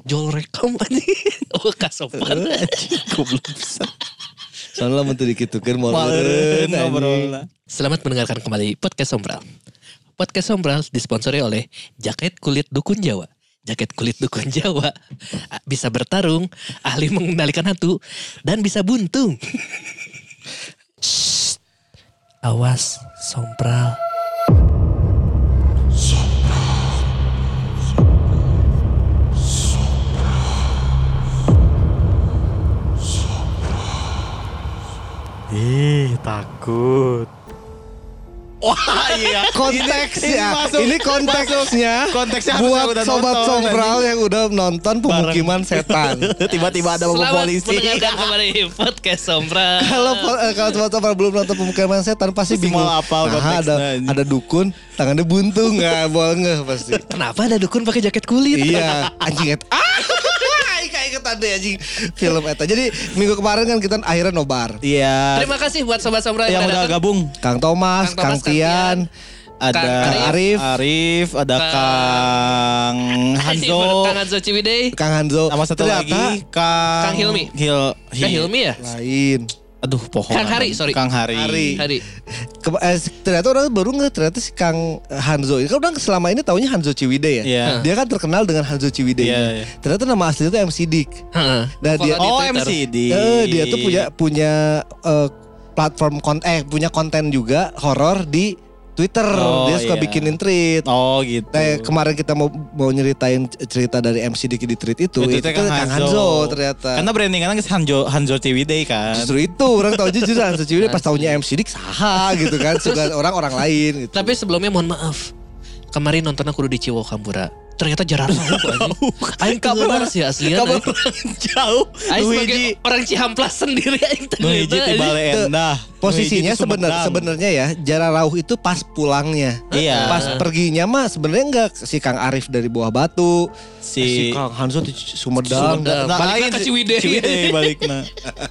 Jol rekam anjing. Oh kasopan. Goblok bisa. Soalnya menteri dikitukeun moal ngobrol. Selamat mendengarkan kembali Podcast Sombral. Podcast Sombral disponsori oleh Jaket Kulit Dukun Jawa. Jaket kulit dukun Jawa bisa bertarung, ahli mengendalikan hantu, dan bisa buntung. Shh. Awas, Sombral. Takut. Wah iya. Konteksnya, ini konteksnya Konteksnya buat udah sobat nonton, Sombral yang udah nonton Pemukiman Setan. Tiba-tiba ada mobil Selamat polisi. mendengarkan kembali Podcast Sombral. Kalau sobat Sombral belum nonton Pemukiman Setan pasti Pasti bingung. mau apal konteksnya, anjing. ada dukun, tangannya buntung nggak ngeh pasti. Kenapa ada dukun pakai jaket kulit? Iya, anjing eta. Kayak ingetan deh anjing film eta. Jadi minggu kemarin kan kita akhirnya nobar. Iya. Terima kasih buat sobat Sombral Yang udah datang. gabung. Kang Thomas, Kang Tian, Ada Kang Arif, ada Kang Hanzo, Kang Hanzo Ciwidey. Kang Hanzo. sama satu lagi Kang Hilmi. Kang Hilmi ya? Lain. Aduh, pohon. Kang Hari, sorry. Kang Hari. Hari. Ternyata orang baru nggak ternyata si Kang Hanzo ini kan orang selama ini taunya Hanzo Ciwidey ya. Iya. Dia kan terkenal dengan Hanzo Ciwidey. Iya. Ternyata nama aslinya itu MC Dik. Heeh. Nah, dia Follow di Twitter. MCD. dia tuh punya platform punya konten juga horor di Twitter. Oh, Dia suka iya. bikinin tweet. Oh gitu. Nah, kemarin kita mau nyeritain cerita dari MC Dik di tweet itu Kang Hanzo ternyata. Karena brandingan kan Hanzo Ciwidey kan. Justru itu orang tahu justru Hanzo Ciwidey pas taunya MC Dik saha gitu kan, suka orang lain gitu. Tapi sebelumnya mohon maaf. Kemarin nonton aku di Ciwo Kampura. Ternyata jarang banget. Aing kegelar sih aslinya. Kamu jauh. Aing sebagai orang Cihamplas sendiri aing Nuhiji di Bale Endah. Posisinya Nuhiji di Sumedang. sebenarnya ya Jara Rauh itu pas pulangnya. Iya. Pas perginya mah sebenarnya enggak si Kang Arif dari Buah Batu, si si Kang Hanzo di Sumedang. Sumedang. Balikna ke Ciwidey. Ciwidey balikna.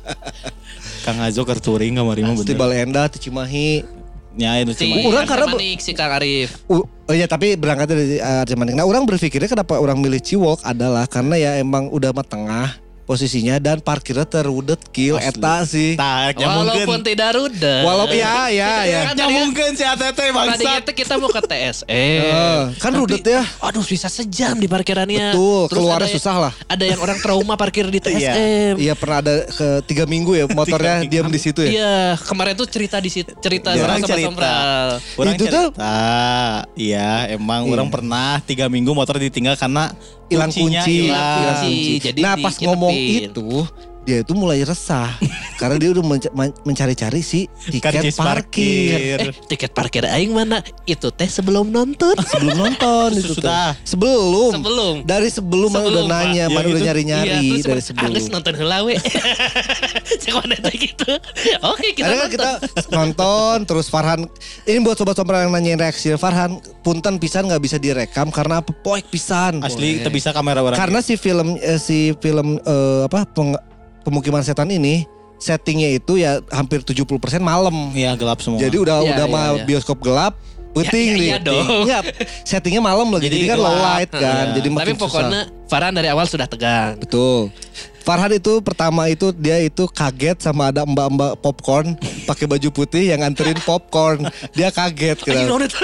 Kang Azo kerturing kamari mah Di bener. Bale Endah di Cimahi. Nya itu Si cuma. Orang karena Manik, si Kang Arif. Oh iya, tapi berangkat dari Arjamanik. Nah, orang berpikirnya kenapa orang milih Ciwok adalah karena ya emang udah mah tengah posisinya dan parkirnya terudet kill Asli. eta sih. Tak Walaupun tidak rudet. Walaupun ya. Kan tadi mungkin si ATT Tadinya bangsat. tuh kita mau ke TSM. Kan Tapi, rudet ya. Aduh bisa sejam di parkirannya. Betul, Terus keluarnya ada- susah lah. Ada yang orang trauma parkir di TSM. Iya, pernah ada ke 3 minggu ya motornya 3 minggu. diam di situ ya. Iya, kemarin tuh cerita di situ, cerita Ya, sama orang Sobat cerita. Sombral. Orang Itu tuh- cerita. Iya, emang Iya. orang pernah 3 minggu motor ditinggal karena Hilang kuncinya kunci. hilang. Hilang kunci. Jadi Nah, pas ngomong dikinepin. itu dia itu mulai resah karena dia udah mencari-cari si tiket Karcis parkir. Tiket parkir aing mana? Itu teh sebelum nonton. Sebelum nonton itu tuh. Sudah. Sebelum. Sebelum. Dari sebelum mana udah Sebelum, Pak. nanya, Ya, mana gitu. udah nyari-nyari Iya, terus dari sebelum. Angges nonton heula we. Cek mana teh gitu. Oke, kita Ada kan nonton. kita nonton terus Farhan ini buat sobat-sobat yang nanyain reaksi Farhan punten pisan nggak bisa direkam karena apa poek pisan. Asli kita bisa kamera orang. Karena si film Pemukiman Setan ini settingnya itu ya hampir 70% malam. Iya gelap semua. Jadi udah Iya, mah iya. bioskop gelap. Puting iya dong. Iya, settingnya malam lagi. Jadi kan gelap. low light kan. Iya. Jadi Tapi makin susah. pokoknya Farhan dari awal sudah tegang. Betul. Farhan itu pertama itu dia itu kaget sama ada mbak-mbak popcorn pakai baju putih yang nganterin popcorn. Dia kaget Aing gitu. naon eta?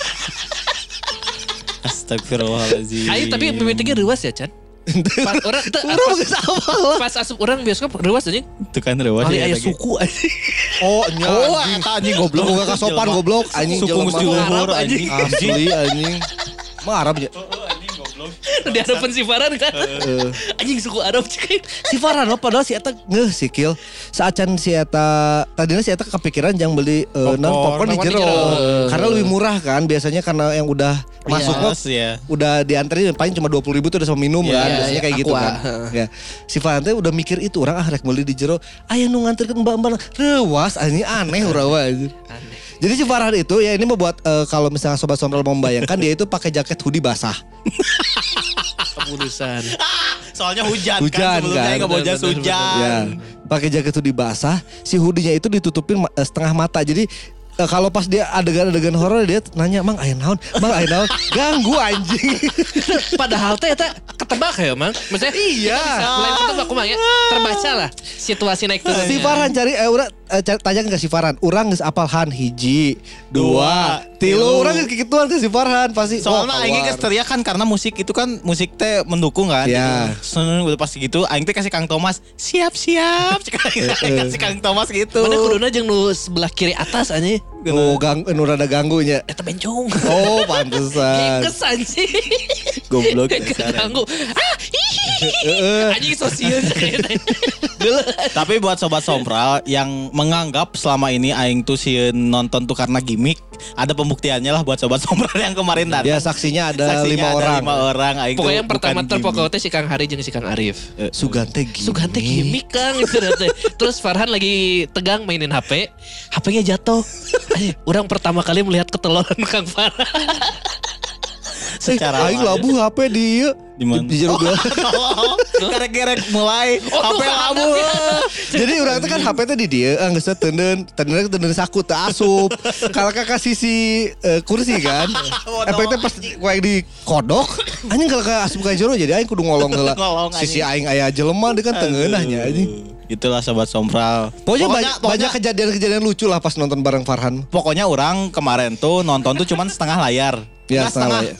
Astagfirullahaladzim. Aing tapi mimitignya ruas ya, Chan. Pas orang pas asup orang bioskop ruas anjing. Itu kan rewas Kali ya. aya tadi. suku anjing. Oh, Eta anjing goblok. Lu gak kasopan goblok anjing Suku jelema. mesti luhur Arab, anjing. Asli anjing. Mah Arab ya. Di hadapan si Farhan kan. Anjing suku Arab cek. Si Farhan lo padahal si Eta ngeh si Kil. Saacan si Eta tadinya si Eta kepikiran yang beli popcorn di Popcorn di jero. jero. Karena lebih murah kan biasanya karena yang udah masuk mah Mas ya. udah dianterin paling cuma 20.000 tuh udah sama minum Iya, kan iya, biasanya kayak gitu aqua. kan. Ya. Si Farhan teh udah mikir itu orang rek beli di jero. Aya nu nganterkeun mbak-mbak reuas anjing aneh urawa anjing. Aneh. Jadi si Farhan itu ya ini membuat kalau misalnya sobat Sombral mau membayangkan dia itu pakai jaket hoodie basah. Kemulusan. Soalnya hujan Hujan sebelumnya kan? nggak mau jas Bener, hujan. Ya, pakai jaket hoodie basah, si hoodie-nya itu ditutupin setengah mata. Jadi kalau pas dia adegan-adegan horor dia nanya, "Mang aya naon? Mang aya naon?" Ganggu anjing. Padahal teh eta ketebak ya, Mang. Maksudnya Iya. mulai ketebak kumanya terbaca lah situasi naik turun. Si Farhan cari urang tanya ke si Farhan, urang geus apal Han 1, 2, 3 urang geus kikituan ke si Farhan pasti. Soalnya aing geus teriak kan karena musik itu kan musik teh mendukung kan. Iya. Gitu. Udah pasti gitu aing teh kasih Kang Thomas, siap-siap. Aing kasih Kang Thomas gitu. Mana kuduna jeung nu sebelah kiri atas anjing. Oh, nu rada ganggunya. Eta bencong. Oh, pantesan. Kekes anjing. Goblok. Keganggu. Anjing sosial. Tapi buat sobat sompral yang menganggap selama ini aing tuh si nonton tuh karena gimmick, ada pembuktiannya lah buat sobat sompral yang kemarin datang. Ya saksinya ada 5 orang. 5 orang. Aing Pokoknya tuh yang pertama bukan terpokok gimmick. teh si Kang Hari jeung si Kang Arif. Sugante gimmick. Sugante gimmick Kang itu teh. Terus Farhan lagi tegang mainin HP, HP-nya jatuh. Orang pertama kali melihat ketelolan Kang Farhan. Secara aing labu HP di Di mana? Di jero geus. Gerek-gerek mulai HP labu. Jadi urang teh kan HP teh di dieu, geus teuneun saku teu asup. Kalau ka sisi kursi kan. Efeknya pas kayak di kodok, anjing kalau ka asup ka jero jadi aing kudu ngolong heula. Sisi aing aya jelema di kan teu ngeunahnya anjing. Itulah sobat sompral. Pokoknya banyak kejadian-kejadian lucu lah pas nonton bareng Farhan. Pokoknya orang kemarin tuh nonton tuh cuman setengah layar. Ya, Nggak setengah layar.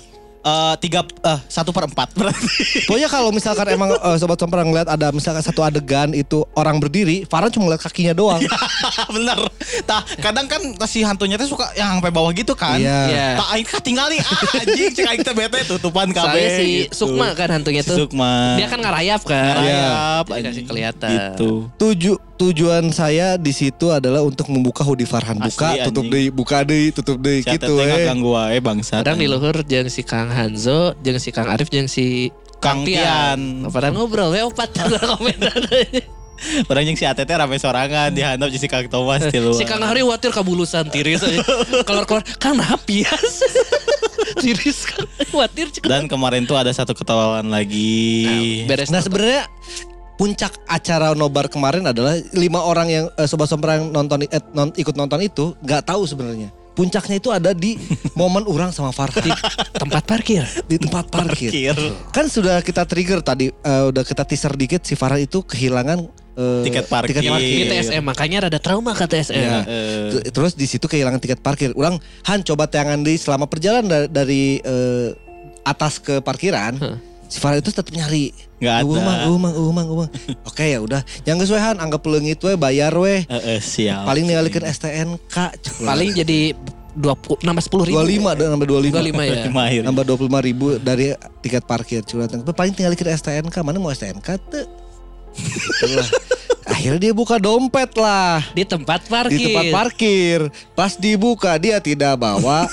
1/4 berarti. Pokoknya kalau misalkan emang sobat sompral ngeliat ada misalkan satu adegan itu orang berdiri, Farhan cuma ngeliat kakinya doang. Bener. Tah, kadang kan si hantunya tuh suka yang sampai bawah gitu kan. Iya. Tah aing ketinggali anjing cek aing teh bete tutupan kabeh. Soalnya si gitu. Sukma kan hantunya tuh. Sukma. Dia kan ngarayap kan. Ngarayap, Jadi kasih anjing. kelihatan. Gitu. Tujuan saya di situ adalah untuk membuka hoodie Farhan. Buka, Asli, tutup anjing. deui, buka deui, tutup deui Si gitu Atete ngaganggu wae bangsat. Kadang di luhur jeung si Kang Hanzo, jeung si Kang Arif, jeung si Kang Tian. Padahal ngobrol we opat komentar. Orang yang si Atete rame sorangan dihandap si Kang Thomas di luar. Si Kang Hari khawatir kabulusan tiris. Keluar-keluar Kang napias. Tiris kan khawatir cek. Dan kemarin tuh ada satu ketawaan lagi. Beres. Nah sebenarnya puncak acara nobar kemarin adalah 5 orang yang sobat sompral yang ikut nonton itu nggak tahu sebenarnya. Puncaknya itu ada di momen orang sama Farhan tempat parkir. di tempat parkir. Kan sudah kita trigger tadi, udah kita teaser dikit si Farhan itu kehilangan Tiket parkir. Di TSM makanya rada trauma ke TSM. Ya. Terus di situ kehilangan tiket parkir. Orang coba tayangan di selama perjalanan dari atas ke parkiran. Si Farhan itu tetap nyari. Nggak ada. Umang. Oke ya udah. Yang geus we Han anggap leungit we bayar we. Siap. Paling ningalikeun STNK. Paling jadi 20 nambah 10.000. 25 dan nambah 25. 25 ya. Mahir. Nambah 25.000 dari tiket parkir curhat. Paling ningalikeun STNK. Mana mau STNK teu? Itulah. Akhirnya dia buka dompet lah. Di tempat parkir. Di tempat parkir. Pas dibuka dia tidak bawa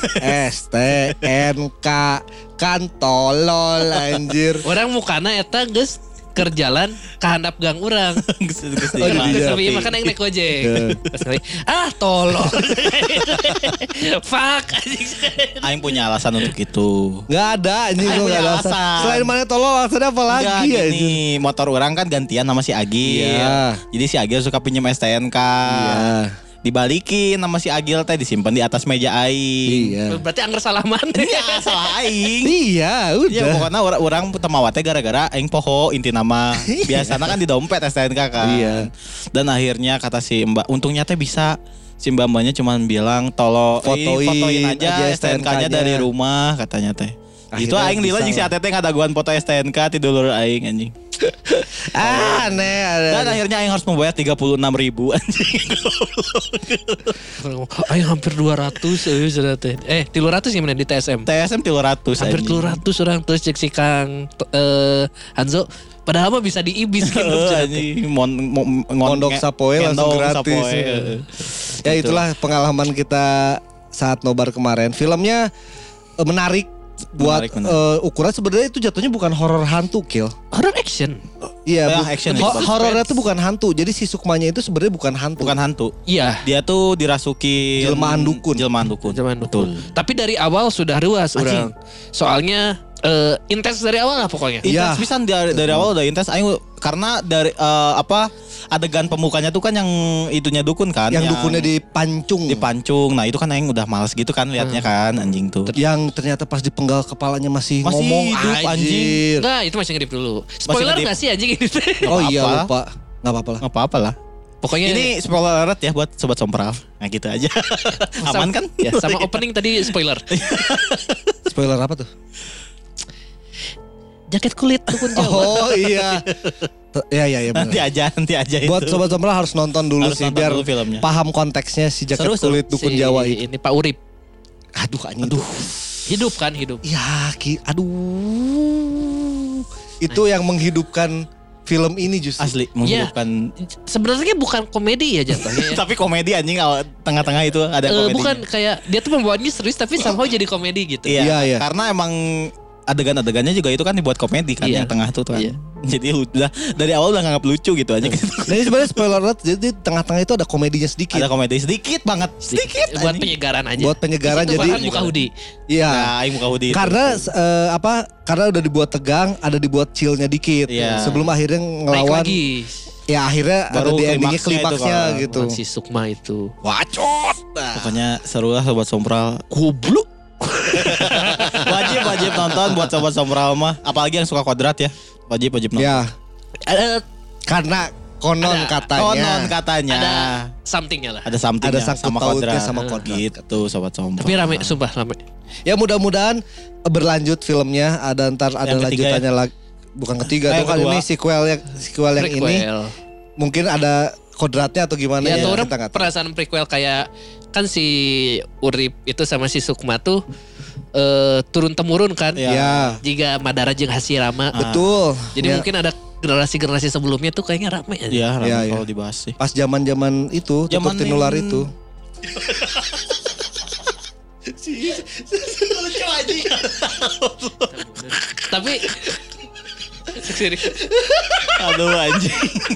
STNK. Kan tolol anjir. Orang mukana eta geus keur jalan ka handap gang urang. Geus iya. Tapi makan yang naik ojek. Tolol. Fuck. Aing punya alasan untuk itu. Nggak ada anjing Aing gua punya nggak ada alasan. alasan. Selain mana tolol alasannya apa lagi Enggak, ya gini, motor orang kan gantian sama si Agil. Iya. Jadi si Agil suka pinjam STNK. Iya. Dibalikin sama si Agil teh disimpan di atas meja aing. Iya. Berarti anggar salaman. Iya, salah aing. Iya, udah. Ya pokoknya orang pertama wate gara-gara aing poho inti nama. Biasanya kan di dompet STNK kan. Iya. Dan akhirnya kata si Mbak, untungnya teh bisa. Si mbak-mbaknya cuma bilang fotoin aja STNK-nya dari rumah katanya teh. Itu Akhirnya aing lila bisa jeung si lah. Atete ngadaguan foto STNK ti dulur aing anjing. Aneh. Dan akhirnya aing harus membayar 36.000 anjing. Ayo hampir 200 sudah teh. 300 gimana di TSM? TSM 300 Hampir anjing. 200 orang terus cek si Kang Hanzo. Padahal mah bisa diibis gitu. Anjing Mondok Sapoe langsung gendong gratis. Sapoe. Ya itulah pengalaman kita saat nobar kemarin. Filmnya menarik buat Menarik. ukuran sebenarnya itu jatuhnya bukan horor hantu kill. Horror action. Iya, action. horornya tuh bukan hantu. Jadi si Sukmanya itu sebenarnya bukan hantu. Bukan hantu. Iya. Dia tuh dirasuki Jelmaan dukun. Jelmaan dukun. Zaman dukun. Tapi dari awal sudah ruas orang. Soalnya Intens dari awal lah pokoknya. Iya. Intens pisan dari awal udah intens aing karena dari adegan pembukanya tuh kan yang itunya dukun kan Yang dukunnya dipancung. Nah itu kan aing udah males gitu kan liatnya kan anjing tuh. Yang ternyata pas dipenggal kepalanya masih Masih ngomong hidup, anjing. Enggak, itu masih ngedip dulu. Spoiler ngedip. gak sih anjing ini? Oh iya apa-apa. lupa. Gak apa-apa lah. Nggak apa-apa lah. Pokoknya Ini spoiler alert ya buat sobat sompral. Nah gitu aja. Aman kan? Ya, sama opening tadi spoiler. Spoiler apa tuh? Jaket kulit dukun Jawa. Oh iya. Iya benar. Nanti aja itu. Buat sobat sombra harus nonton dulu Harus sih nonton biar dulu filmnya. paham konteksnya si jaket Seru. kulit dukun Jawa itu. Ini Pak Urip. Aduh anjing. Aduh. Hidup kan, hidup. Ya, aduh. Itu yang menghidupkan film ini justru. Asli menghidupkan. Sebenarnya bukan komedi ya jatuhnya. Ya. Tapi komedi anjing awal tengah-tengah itu ada komedi. Bukan kayak dia tuh membawaannya serius tapi somehow jadi komedi gitu. Iya. Iya. Karena emang adegan-adegannya juga itu kan dibuat komedi kan Iya. yang tengah tuh kan. Iya. Jadi udah dari awal udah nganggap lucu gitu aja. Nah ini sebenarnya spoiler alert. Jadi tengah-tengah itu ada komedinya sedikit. Ada komedi sedikit banget. Sedikit. Buat anjing. penyegaran aja. Buat penyegaran, Itu jadi- bahkan muka Hudi. Iya. Nah, aing muka Hudi itu. Karena karena udah dibuat tegang, ada dibuat chillnya dikit. Iya. Sebelum akhirnya Naik ngelawan. lagi. Ya akhirnya Baru ada di endingnya klimaksnya klimaksnya itu gitu. Lawan si Sukma itu. Wacot. Nah. Pokoknya seru lah sobat sompral. Goblok. wajib nonton buat sobat sompral mah. Apalagi yang suka kodrat ya. Wajib nonton. Ya, Ada karena konon katanya. Konon katanya. ada somethingnya lah. Ada somethingnya Ada sangkut sama pautnya kodrat. sama kodrat. Gitu sobat sompral. Tapi rame, sumpah rame. Ya mudah-mudahan berlanjut filmnya. Ada ntar ada Yang ketiga lanjutannya lagi. Bukan ketiga tuh yang kan kedua. ini sequel yang ini. Prequel. Mungkin ada kodratnya atau gimana Ya, ya, tuh orang kita nggak tahu. perasaan prequel kayak kan si Urip itu sama si Sukma tuh turun temurun kan. Iya. Ya, Jika Madara jeung Hashirama. betul. Jadi Ya, mungkin ada generasi-generasi sebelumnya tuh kayaknya rame aja. Iya, rame Iya, iya. kalau dibahas sih. pas zaman-zaman itu tutup Zaman tinular yang- itu. Lucu aja. Tapi serius. Aduh anjing.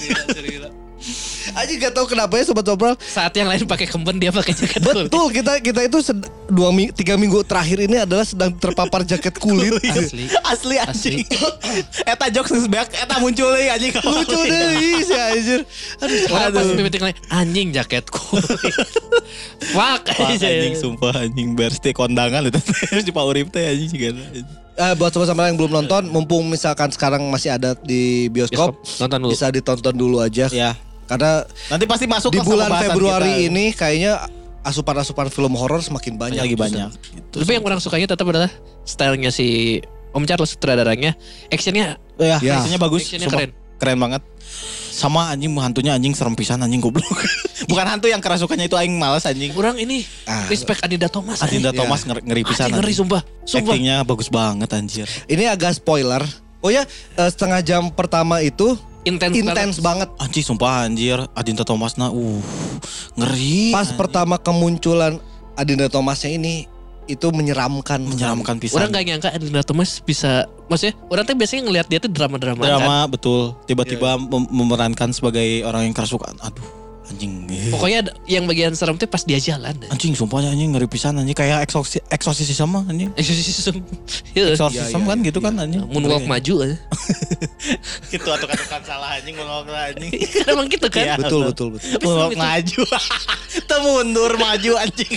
Aja gak tahu kenapa ya sobat Sobral. Saat yang lain pakai kemben dia pakai jaket kulit. Betul kita itu 3 minggu terakhir ini adalah sedang terpapar jaket kulit. Asli. Asli anjing. Eta jokes geus beak eta muncul deui anjing. Lucu deh si anjir. Orang pas meeting lain anjing jaket kulit. Fuck Wah, aja. anjing sumpah anjing berste kondangan itu di Pak Urip teh anjing juga. Buat sobat-sobat yang belum nonton, mumpung misalkan sekarang masih ada di bioskop, Nonton dulu. bisa ditonton dulu aja. Ya. Karena Nanti pasti masuk di lah sama bulan bahasan Februari kita. ini kayaknya asupan-asupan film horor semakin banyak. lagi banyak. Gitu. Tapi yang orang sukanya tetap adalah stylenya si Om Charles sutradaranya. Actionnya Ya, Ya. actionnya bagus. Actionnya Sumpah, keren banget. Sama anjing hantunya anjing serem pisan anjing goblok. Bukan hantu yang kerasukannya itu aing malas anjing. orang ini respect Adinda Thomas. Adinda Iya. Thomas ngeri pisan. Anjing ngeri anjing. sumpah. Sumpah. Actingnya bagus banget anjir. Ini agak spoiler. Oh ya, setengah jam pertama itu Intens banget. Anjing sumpah anjir Adinda Thomas ngeri. Pas anjing. pertama kemunculan Adinda Thomasnya ini itu menyeramkan. menyeramkan pisan. Orang gak nyangka Adinda Thomas bisa, maksudnya orang tuh biasanya ngelihat dia tuh drama-drama kan. Drama betul. Tiba-tiba memerankan sebagai orang yang kerasukan. Aduh anjing. Pokoknya yang bagian serem tuh pas dia jalan. Anjing sumpah anjing ngeri pisan anjing kayak eksorsis sama anjing. Exorcism. Iya. Eksorsisme kan gitu kan anjing. Moonwalk maju aja. Gitu atau katakan salah anjing moonwalk anjing. Kan emang gitu kan. Iya. Betul. Moonwalk maju. Teu mundur maju anjing.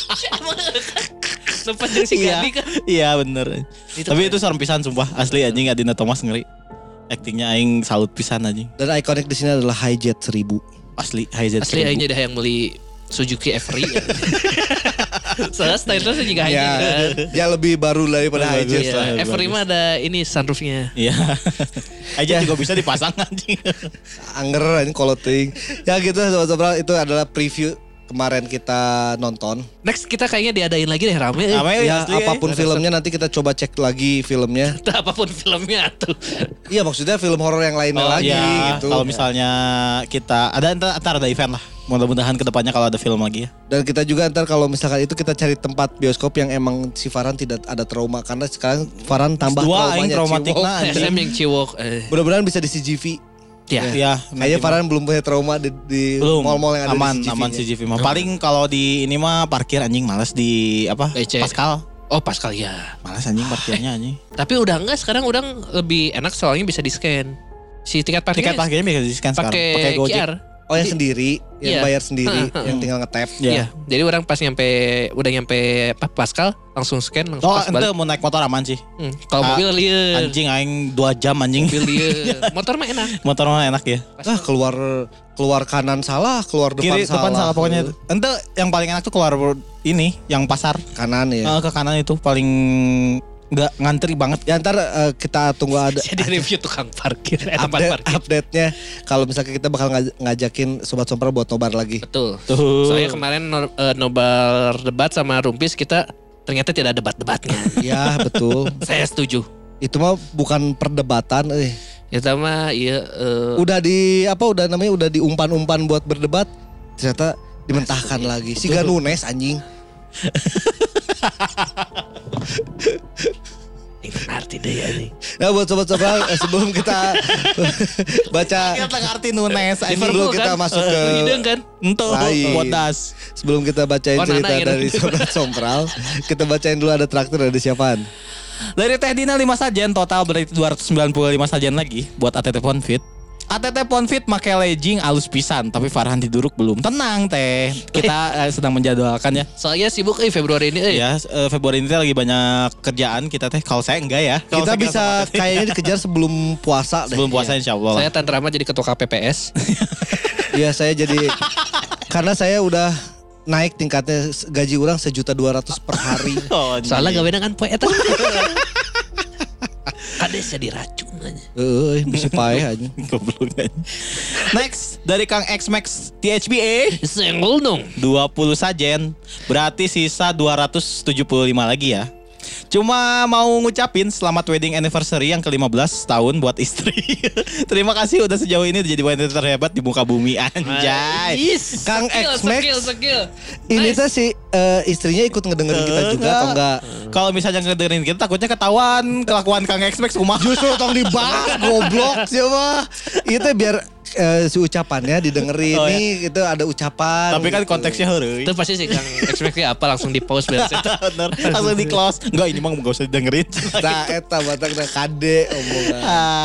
Lepas jeung si Iya. Gandhi kan. Iya bener. Itu Tapi keren. itu serem pisan sumpah asli anjing Adinda Thomas ngeri. Aktingnya aing salut pisan anjing. Dan ikonik di sini adalah Hijet 1000. Asli Hijet. Asli aja dah yang beli Suzuki Every. Soalnya stylenya sih juga Ya, Hijet. ya lebih baru daripada Bagus Hijet lah. lah. Every mah ada ini sunroofnya. Iya. Hijet juga bisa dipasang anjing. Anger ini kalau ting. Ya gitu sobat-sobat, itu adalah preview kemarin kita nonton. Next kita kayaknya diadain lagi deh rame. Rame. Ya asli, apapun filmnya nanti kita coba cek lagi filmnya. Entah apapun filmnya tuh. Iya maksudnya film horor yang lainnya lagi ya, gitu. kalau misalnya kita ada ntar ada event lah. Mudah-mudahan kedepannya kalau ada film lagi ya. Dan kita juga ntar kalau misalkan itu kita cari tempat bioskop yang emang si Farhan tidak ada trauma. Karena sekarang Farhan tambah Dua aing traumanya traumatik Ciwok. nah anjing. SM yang ciwok. Mudah-mudahan bisa di CGV. Ya. Ya, Kayaknya Farhan belum punya trauma di belum mall-mall yang ada aman di CGV. aman CGV mah. Paling kalau di ini mah parkir anjing males di apa? BC. Pascal. Oh Pascal ya. Malas anjing parkirnya anjing. Tapi udah enggak, sekarang udah lebih enak soalnya bisa di-scan. Si tiket Tiket parkirnya parkirnya bisa di-scan sekarang. pakai Gojek. QR. Oh yang sendiri, yang Iya. bayar sendiri, yang tinggal nge-tap. Iya. Jadi orang pas udah nyampe Pascal langsung scan langsung Oh, pas ente balik. mau naik motor aman sih. Kalau mobil lieur. Anjing aing 2 jam anjing. Mobil lieur. Motor mah enak. Motor mah enak ya. Ah keluar kanan salah, keluar depan Kiri depan salah pokoknya itu. Ente yang paling enak tuh keluar ini yang pasar. Kanan ya. Ke kanan itu paling nggak ngantri banget. Ya ntar kita tunggu ada Jadi review tukang parkir, tempat parkir. update-nya. Kalau misalnya kita bakal ngajakin Sobat Sompral buat nobar lagi. Betul. Tuh. Soalnya kemarin nobar debat sama Rumpis kita ternyata tidak ada debat-debatnya. Ya betul. Saya setuju. Itu mah bukan perdebatan. Itu mah iya. Udah udah diumpan-umpan buat berdebat. Ternyata dimentahkan lagi. Si Ganunes anjing. Itu arti deh ya nih. Nah buat Sobat Sompral sebelum kita baca Kita ngerti Nunes. sebelum kita masuk ke Hidung kan? Entuh, Lain. bodas. sebelum kita bacain Oh, cerita Nana gitu. dari Sobat Sompral, kita bacain dulu ada traktir dari siapaan. Dari Teh Dina 5 sajen, total berarti 295 sajen lagi buat ATT Ponfit. ATT Ponfit make legging alus pisan, tapi Farhan Tiduruk belum. Tenang Teh, kita sedang menjadwalkan ya. Soalnya sibuk Februari ini. Ya, Februari ini teh lagi banyak kerjaan kita teh. Kalau saya enggak ya. Kalau Kita saya bisa sama Teh. kayaknya dikejar sebelum puasa deh. Sebelum puasa insya Allah. Saya Tan Rama jadi ketua KPPS. Iya saya jadi karena saya udah naik tingkatnya gaji orang 1.200.000 per hari. Oh, Soalnya gak beda kan poe eta. Kades jadi racun aja. Bisa paeh aja. Goblok aja. Next dari Kang X Max THBA Senggol dong. 20 sajen. Berarti sisa 275 lagi ya. Cuma mau ngucapin selamat wedding anniversary yang ke-15 tahun buat istri. Terima kasih udah sejauh ini jadi wanita terhebat di muka bumi anjay. Yes. Kang X Max. Skill. Ini tuh si istrinya ikut ngedengerin kita juga atau enggak? Kalau misalnya ngedengerin kita takutnya ketahuan kelakuan Kang X Max kumaha. Justru tong dibahas goblok siapa. Itu biar si ucapannya didengerin Oh, ya. nih itu ada ucapan. Tapi kan gitu. konteksnya heureuy. Itu pasti sih Kang Expect-nya apa langsung di post beres itu. Bener, langsung di close. Enggak ini mah enggak usah didengerin. Nah eta batak na kade omongan.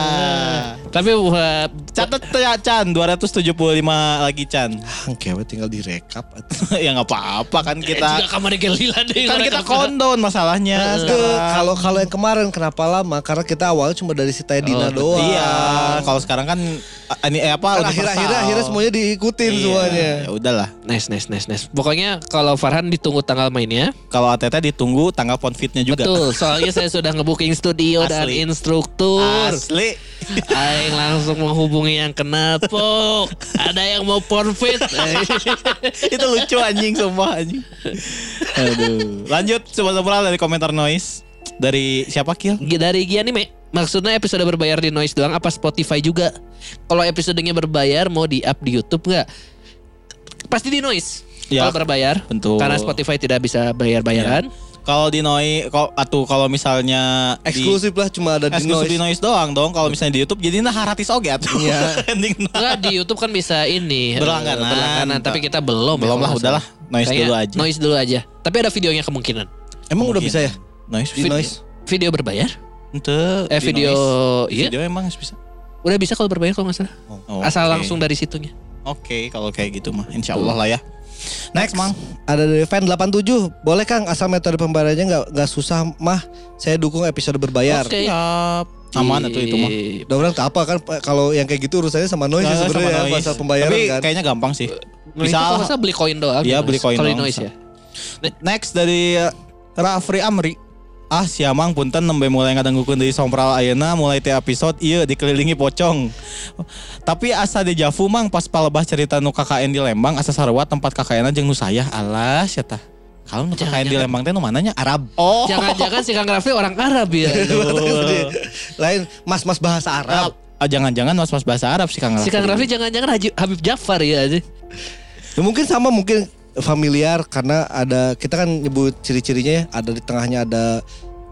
Tapi Catat ya Chan 275 lagi Chan. Kewe tinggal direkap. Ya enggak apa-apa kan kita kita. kamar gelila deh. Kan kita countdown masalahnya. Kalau yang kemarin kenapa lama? Karena kita awalnya cuma dari si Tedina doang. Iya, kalau sekarang kan ini apa Kan akhirnya semuanya diikutin semuanya. Ya udahlah. Nice. Pokoknya kalau Farhan ditunggu tanggal mainnya. Kalau ATT ditunggu tanggal ponfitnya juga. Betul, soalnya saya sudah ngebooking studio dan Asli. instruktur. Asli. Aing langsung menghubungi yang kenal po. Ada yang mau ponfit. Itu lucu anjing semua anjing. Aduh. Lanjut sobat-sobat dari komentar noise. Dari siapa Kil? Dari Gianime. Maksudnya episode berbayar di Noise doang apa Spotify juga? Kalau episodenya berbayar mau di-up di YouTube nggak? Pasti di Noise. Ya, Kalau berbayar. betul. Karena Spotify tidak bisa bayar-bayaran. Kalau di Noise, kalau misalnya Eksklusif lah cuma ada di eksklusif di Noise. Noise doang dong. Kalau misalnya di YouTube jadinya haratis oge atuh. Iya. Ending Enggak, di YouTube kan bisa ini Berlangganan. tapi kita belum. Belum lah, kalau nggak udahlah. salah. Noise Kayaknya dulu aja. Noise dulu aja. Tapi ada videonya kemungkinan. Emang udah Mungkin. bisa ya? Noise Di Noise. Video berbayar? Ente, di Video Noise. iya. Video emang bisa. Udah bisa kalau berbayar kalau nggak salah. Oh, Asal oke. langsung dari situnya. Oke, kalau kayak gitu mah insya Allah lah ya. Next, Mang. Ada dari fan 87. Boleh Kang asal metode pembayarannya nggak susah mah. Saya dukung episode berbayar. Oke. Siap. Aman tuh itu mah. Udah orang tak apa kan kalau yang kayak gitu urusannya sama Noise Sama sebenarnya Noise. masalah pembayaran Tapi kan. kayaknya gampang sih. Bisa Bisa masa beli koin doang. Iya, di beli Noise. koin Kalau di doang, Noise bisa. ya. Next dari Rafri Amri. Siamang punten nembe mulai ngadanggukeun deui sompral ayeuna mulai ti episode ieu dikelilingi pocong. Tapi asa dejavu mang pas palebah cerita nu KKN di Lembang asa sarua tempat KKN jeung nu saya alas eta. Kalau nu KKN di Lembang teh nu mananya Arab. Oh. Jangan-jangan si Kang Raffi orang Arab ya. Lain mas-mas bahasa Arab. Jangan-jangan mas-mas bahasa Arab si Kang Raffi. Si Kang Raffi jangan-jangan Habib Jafar ya. Ya, mungkin sama mungkin familiar karena ada kita kan nyebut ciri-cirinya ya, ada di tengahnya ada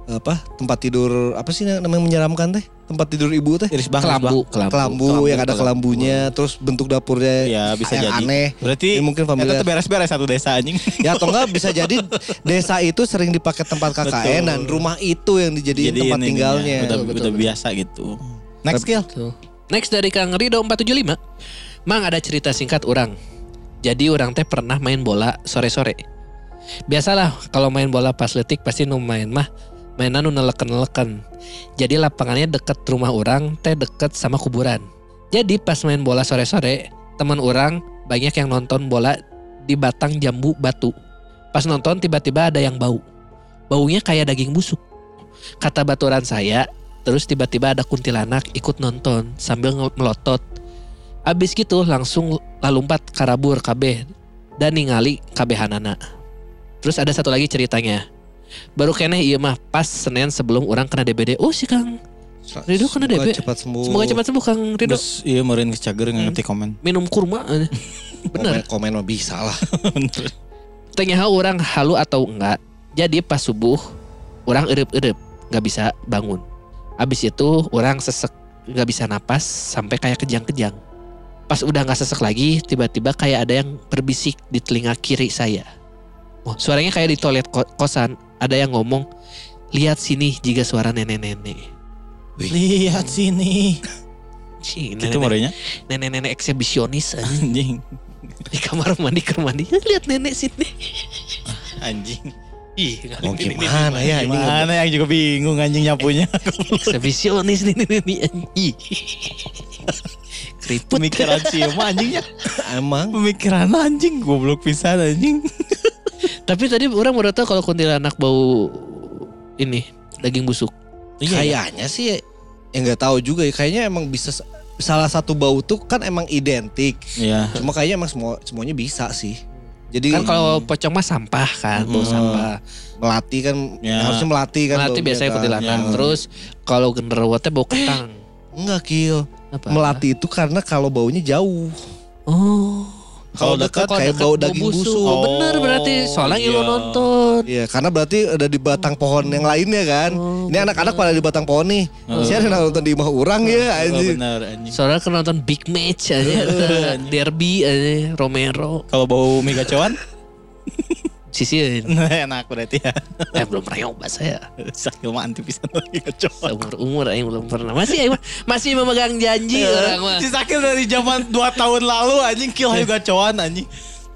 tempat tidur apa sih namanya menyeramkan teh? Tempat tidur ibu teh? Iris bang. Kelambu yang ada kelambunya, terus bentuk dapurnya Ya bisa yang jadi. aneh. Berarti mungkin familiar. Itu beres-beres satu desa anjing. Ya atau enggak bisa jadi desa itu sering dipakai tempat KKN dan rumah itu yang dijadiin tempat tinggalnya. Udah biasa gitu. Next skill. Next dari Kang Rido 475. Mang ada cerita singkat orang. Jadi orang teh pernah main bola sore-sore. Biasalah kalau main bola pas letik pasti nu main mah mainan nu neleken-neleken. Jadi lapangannya deket rumah orang teh deket sama kuburan. Jadi pas main bola sore-sore teman orang banyak yang nonton bola di batang jambu batu. Pas nonton tiba-tiba ada yang bau. Baunya kayak daging busuk. Kata baturan saya, terus tiba-tiba ada kuntilanak ikut nonton sambil melotot. Abis gitu langsung lalumpat karabur kabeh dan ningali kabehanana. Terus ada satu lagi ceritanya. Baru keneh iya mah pas Senin sebelum orang kena DBD. Oh si Kang Rido kena DBD. Semoga cepat sembuh Kang Rido. Terus iya meureun geus cager ngerti komen. Minum kurma. Bener. Komen mah bisa lah. Tanya orang halu atau enggak. Jadi pas subuh orang erep-erep gak bisa bangun. Abis itu orang sesek gak bisa napas sampai kayak kejang-kejang. Pas udah gak sesek lagi tiba-tiba kayak ada yang berbisik di telinga kiri saya. Suaranya kayak di toilet kosan. Ada yang ngomong, lihat sini jika suara nenek-nenek. Lihat sini. Gitu morenya. Nenek-nenek eksibisionis Anjing. di kamar mandi lihat nenek sini. Anjing. Ih, gimana ya ini? Gimana yang juga bingung anjing nyapunya. Eksibisionis nih. Keriput. Pemikiran sih mah anjingnya. Emang Pemikiran anjing goblok pisan anjing. Tapi tadi orang baru tahu kalau kuntilanak bau ini daging busuk. kayaknya sih ya nggak tahu juga ya. Kayaknya emang bisa salah satu bau tuh kan emang identik. Iya. Cuma kayaknya emang semuanya bisa sih. Jadi Kan kalau pocong mah sampah kan, bau sampah. melati kan Ya. harusnya melati kan. Melati baunya biasanya kan. kuntilanak. Ya. Terus kalau genderuwo teh bau kentang. Enggak Kil. Apa? Melati itu karena kalau baunya jauh. Oh. Kalau dekat kayak bau daging busuk. Oh, bener berarti. Soalnya iya. lo nonton. Iya, karena berarti ada di batang pohon yang lainnya kan. Ini anak-anak pada di batang pohon nih. Saya ada nonton di imah orang ya anjing. Benar anjing. Soalnya kan nonton big match aja. Derby aja. Romero. Kalau bau mie gacoan Sisihin. enak berarti ya. Belum pernah nyoba saya. Sakil mah anti pisan mie gacoan. Umur aing belum pernah. Masih memegang janji orang mah. Si Sakil dari zaman 2 tahun lalu anjing kill hayu gacoan anjing.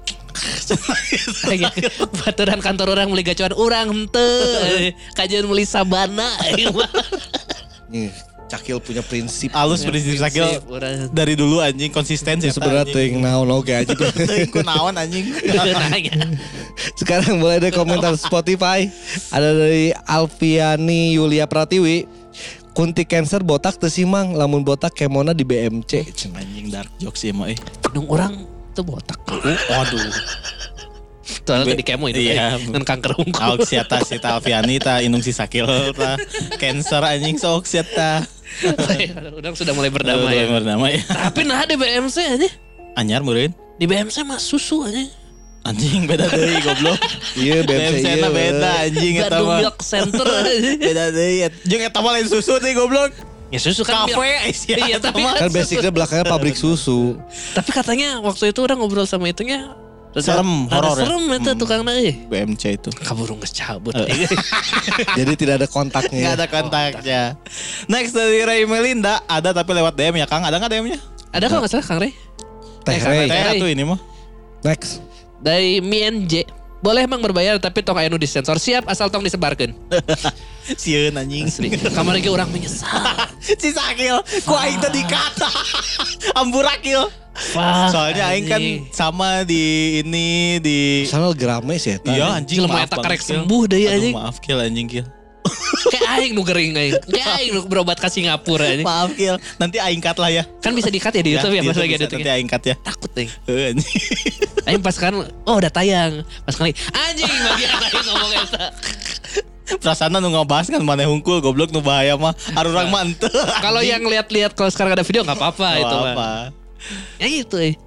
Baturan kantor orang beli gacoan orang henteu. Kajian beli sabana. Nih, Cakil punya prinsip. Alus prinsip Sakil dari dulu anjing konsisten sih Sebenarnya tuh yang naon oke aja. Ku naon anjing. Sekarang mulai dari komentar Spotify. Ada dari Alfiani Yulia Pratiwi. Kunti cancer botak teu simang, lamun botak kemona di BMC. Anjing dark jokes ya mah Nung orang tuh botak. Waduh. Soalnya di kemo itu iya. kan kanker hungkul. Auk siata si Alfiani ta inung si Sakil ta cancer anjing sok siata. Udah sudah mulai berdamai. Berdamai. Tapi nah di BMC aja. Anyar meureun. Di BMC mah susu aja. Anjing beda deui goblok. Iya BMC BMC na beda anjing eta Bandung mah. Milk Center aja. Beda deui. Jeung eta mah lain susu teh goblok. Ya susu kan. Kafe Iya tapi Kan basicnya belakangnya pabrik susu. Tapi katanya waktu itu orang ngobrol sama itunya. Serem, horor ya? Serem itu tukangnya BMC itu. kabur nggak cabut. Jadi tidak ada kontaknya. Nggak ada kontaknya. Next dari Ray Melinda ada tapi lewat DM ya Kang. Ada nggak DM-nya? Ada kalau nggak salah Kang Rey? Teh Ray. Teh tuh ini mah. Next. Dari MNJ. Boleh emang berbayar tapi tong aya nu disensor. Siap asal tong disebarkan. Sieun anjing. Asli. Kamar ge orang menyesal. Si Sakil, ku aing teh dikata. Amburakil. Soalnya aing kan sama di ini di Sana lagi rame sih eta. iya anjing. Jelema eta karek sembuh deui anjing. Maaf Kil anjing Kil. Kayak aing nu gering aing. Kayak aing nu berobat ke Singapura anjing. Maaf Kil. Nanti aing cut lah ya. Kan bisa di-cut ya di YouTube ya pas lagi ada nanti aing cut ya. takut deh. Anjing. Aing pas kan udah tayang. Pas kali anjing bagian aing ngomong eta. Perasaan nu ngebahas kan mana hungkul goblok nu bahaya mah. Arurang mah ente. Kalau yang lihat-lihat kalau sekarang ada video enggak apa-apa itu mah. Apa? Ya itu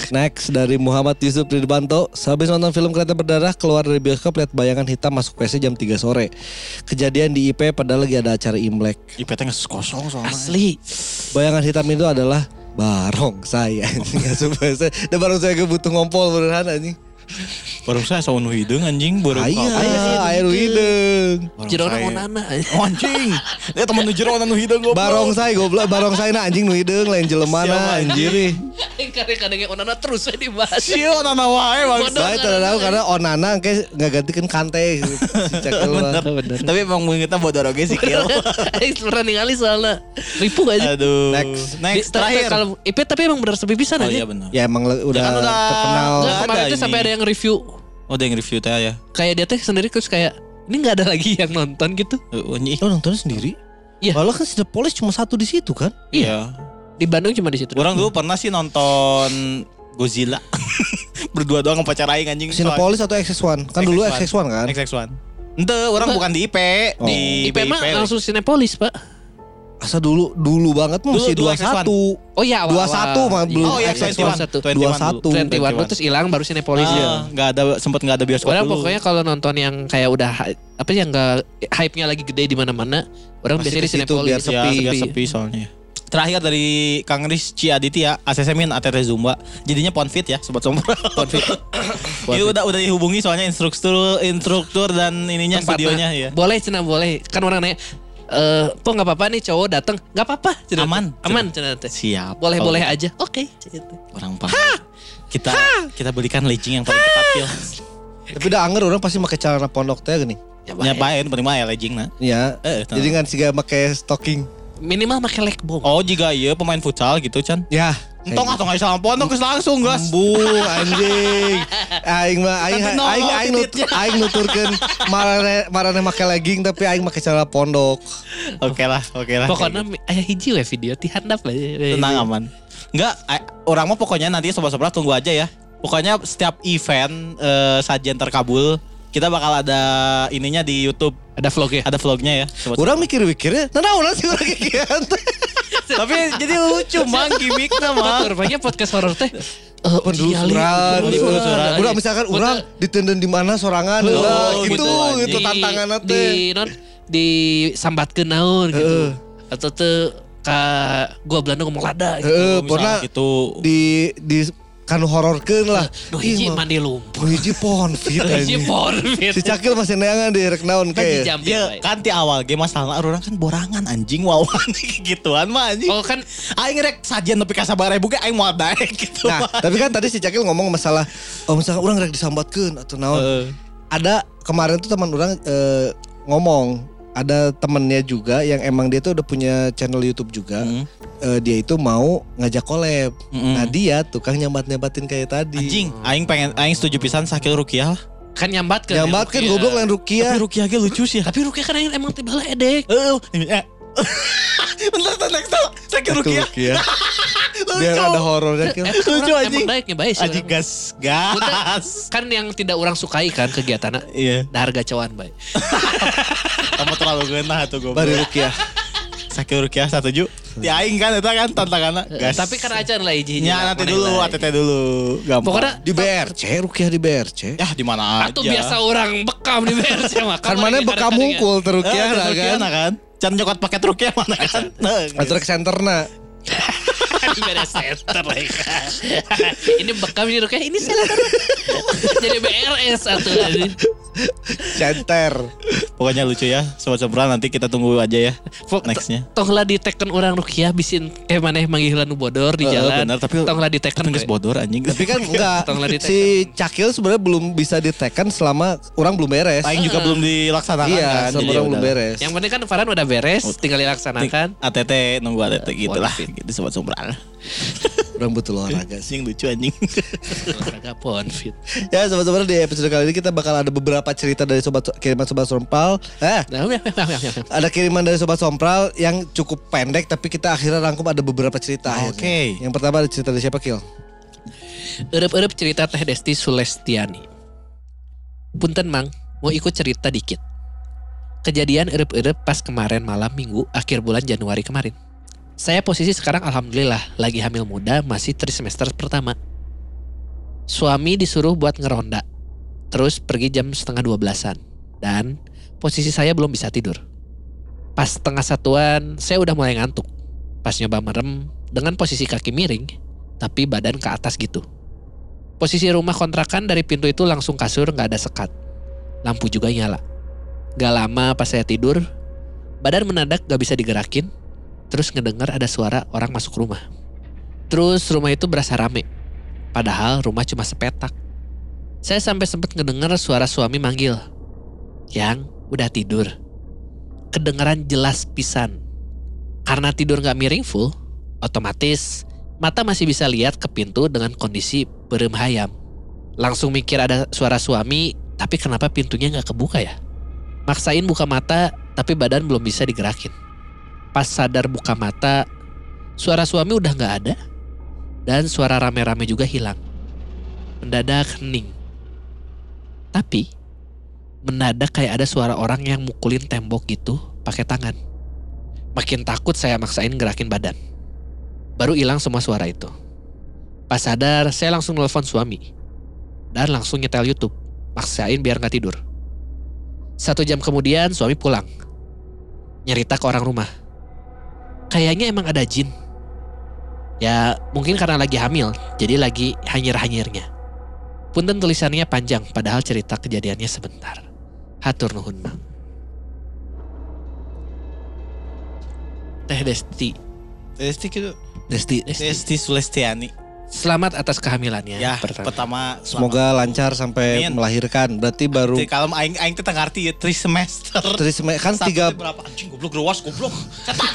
Next dari Muhammad Yusuf Ridwanto. Sehabis nonton film Kereta Berdarah, keluar dari bioskop lihat bayangan hitam masuk WC jam 3 sore. Kejadian di IP padahal lagi ada acara Imlek. IP teh geus kosong soalnya. Asli. Bayangan hitam itu adalah barong saya. Dan barong saya butuh ngompol beneran anjing. Baru saya sawan hidung anjing baru. Air hidung. Jerona monana. Oh, anjing. Dia temen nu jerona nu hidung goblok. Barong saya goblok, barong saya na anjing nu hidung lain jelemana anjir. Kadang-kadang onana terus we dibahas. Sio nana wae bang. Saya tidak tahu karena onana kayak nggak gantikan kante. Bener. Tapi emang kita bodoh oge sih kill. Pernah ningali soalnya ribu aja. Aduh. Next Terakhir. Kalau IP tapi emang benar sepi pisan Oh aja. iya benar. Ya emang udah kan udah terkenal. Nggak, kemarin ada tuh sampai ini. ada yang review. Oh ada yang review teh ya. Kayak dia teh sendiri terus kayak ini nggak ada lagi yang nonton gitu. Anjing. Lo nontonnya sendiri? Iya. Kalau kan Cinepolis cuma satu di situ kan? Iya. Di Bandung cuma di situ. Orang dulu pernah sih nonton Godzilla. Berdua doang sama pacar aing anjing. Cinepolis atau XX1? Kan dulu XX1 kan? XX1. Ente orang bukan di IP. Di IP mah langsung Cinepolis, Pak. Asa dulu banget Dulu masih 21. Oh iya, awal. 21 mah belum Oh iya, XX1. 21 dulu. 21 terus hilang baru Cinepolis ya. Sempat enggak ada bioskop Orang dulu. pokoknya kalau nonton yang kayak udah apa yang enggak hype-nya lagi gede di mana-mana, orang Pasti biasanya di ke situ Cinepolis biar biar sepi soalnya. Terakhir dari Kang Rizky Aditya, ACC Min ATT Zumba. Jadinya Ponfit ya, sobat sombra. Ponfit. Ini udah dihubungi soalnya instruktur dan ininya studionya ya. Boleh cina boleh. Kan orang nanya po nggak apa-apa nih cowok datang, nggak apa-apa, cenah teh. Aman cenah teh. Siap. Boleh aja. Oke. Orang paham. Kita belikan legging yang paling ketat Pil. Tapi udah anger orang pasti pakai celana pondok teh gini. Nyapain penting mah ya legging nah. Ya. Jadi kan sih gak pakai stocking. Minimal pakai leg bong. Oh jika iya pemain futsal gitu Chan. Ya. Entong atau nggak salah pondok geus langsung gas. Bu anjing. Aing nuturkeun marane make legging tapi aing make celana pondok. Oke lah. Pokoknya aya hiji we video ti handap we. Tenang aman. Enggak, orang mah pokoknya nanti sobat-sobat tunggu aja ya. Pokoknya setiap event sajian terkabul kita bakal ada ininya di YouTube. Ada vlognya. Ada vlognya ya. Orang mikir-mikirnya, nah sih orang kayak Tapi jadi lucu mang gimmicknya mang. Rupanya podcast horor teh penelusuran. Udah misalkan orang ditenden di mana sorangan, gitu tantangan teh. Di sambatkeun naon gitu. Atau teu ka gua Belanda ngomong lada gitu. Pernah gitu di kan hororkeun lah. Hiji mandi lumpur. Hiji Ponfit Hiji Ponfit. Si Cakil masih neangan di rek naon kayak. Ya kan di awal game masalah orang kan borangan anjing wawan gituan mah anjing. Oh kan aing rek sajian nepi ka sabaraha aing moal daek gitu. Nah, tapi kan tadi si Cakil ngomong masalah misalkan orang rek disambatkeun atau naon. Ada kemarin tuh teman orang ngomong ada temennya juga yang emang dia tuh udah punya channel YouTube juga. Dia itu mau ngajak collab. Nah dia tukang nyambat-nyambatin kayak tadi. Anjing, aing setuju pisan Sakil Rukiah. kan nyambatkeun. Nyambatkeun goblok lain Rukiah. Tapi Rukiah ge lucu sih. Tapi Rukiah kan emang tiba edek. Bentar next Sakil Rukiah. Biar ada horornya. Lucu anjing. Emang baiknya baik sih. Anjing gas. Kan yang tidak orang sukai kan kegiatannya. Iya. Harga cawan baik. Kamu terlalu genah tuh goblok. Bari Rukiah. Sakil Rukiah 1 ju. Di aing kan eta kan tantanganna. Gas. Tapi kan acan lah ijinya. Ya nanti dulu ATT dulu. Gampang. Pokoknya Di BRC, Rukiah di BRC. ya di mana aja. atau biasa orang bekam di BRC mah. Kan mana bekam mungkul terukiah lah kan. kan. Can nyokot paket Rukiah mana kan. Atau rek senterna. Di beres center lah kan. Ini bekam di Rukiah, ini center. Jadi BRS atau Center. Pokoknya lucu ya. Sobat Sempra nanti kita tunggu aja ya. Nextnya. Tonglah diteken orang Rukiah bisin maneh manggilan nu bodor di jalan. Bener, tapi tonglah diteken geus bodor anjing. Tapi kan enggak. Tonglah diteken. Si Cakil sebenarnya belum bisa diteken selama orang belum beres. Aing juga belum dilaksanakan Iya, kan. selama orang belum beres. Yang penting kan Farhan udah beres, tinggal dilaksanakan. ATT nunggu ATT gitu lah. Gitu Sobat Sempra. Orang butuh olahraga sih. Anjing lucu anjing. Olahraga Ponfit. Ya sobat-sobat di episode kali ini kita bakal ada beberapa cerita dari kiriman sobat Sompral. Ada kiriman dari sobat Sompral yang cukup pendek tapi kita akhirnya rangkum ada beberapa cerita. Oke. Yang pertama ada cerita dari siapa Kil? Erep-erep cerita Teh Desti Sulestiani. Punten Mang, mau ikut cerita dikit. Kejadian erep-erep pas kemarin malam minggu akhir bulan Januari kemarin. Saya posisi sekarang alhamdulillah lagi hamil muda masih trimester pertama. Suami disuruh buat ngeronda. Terus pergi jam 11:30-an. Dan posisi saya belum bisa tidur. Pas setengah satuan saya udah mulai ngantuk. Pas nyoba merem dengan posisi kaki miring, tapi badan ke atas gitu. Posisi rumah kontrakan dari pintu itu langsung kasur, gak ada sekat. Lampu juga nyala. Gak lama pas saya tidur, badan mendadak gak bisa digerakin. Terus ngedengar ada suara orang masuk rumah. Terus rumah itu berasa rame. Padahal rumah cuma sepetak. Saya sampai sempat ngedengar suara suami manggil. Yang udah tidur. Kedengaran jelas pisan. Karena tidur gak miring full, otomatis mata masih bisa lihat ke pintu dengan kondisi berem hayam. Langsung mikir ada suara suami, tapi kenapa pintunya gak kebuka ya? Maksain buka mata, tapi badan belum bisa digerakin. Pas sadar buka mata, suara suami udah gak ada. Dan suara rame-rame juga hilang. Mendadak hening. Tapi mendadak kayak ada suara orang yang mukulin tembok gitu pakai tangan. Makin takut saya maksain gerakin badan. Baru hilang semua suara itu. Pas sadar saya langsung nelfon suami. Dan langsung nyetel YouTube. Maksain biar gak tidur. 1 jam kemudian suami pulang. Nyerita ke orang rumah. Kayaknya emang ada jin. Ya mungkin karena lagi hamil. Jadi lagi hanyir-hanyirnya. Punten tulisannya panjang. Padahal cerita kejadiannya sebentar. Hatur nuhun mang. Teh Desti. Desti Sulestiani. Selamat atas kehamilannya. Ya, pertama Semoga lancar sampai Amin. melahirkan. Berarti baru kalau aing teh ngarti ya 3 semester. kan Satu 3 teh berapa anjing goblok rewas goblok. Cetak.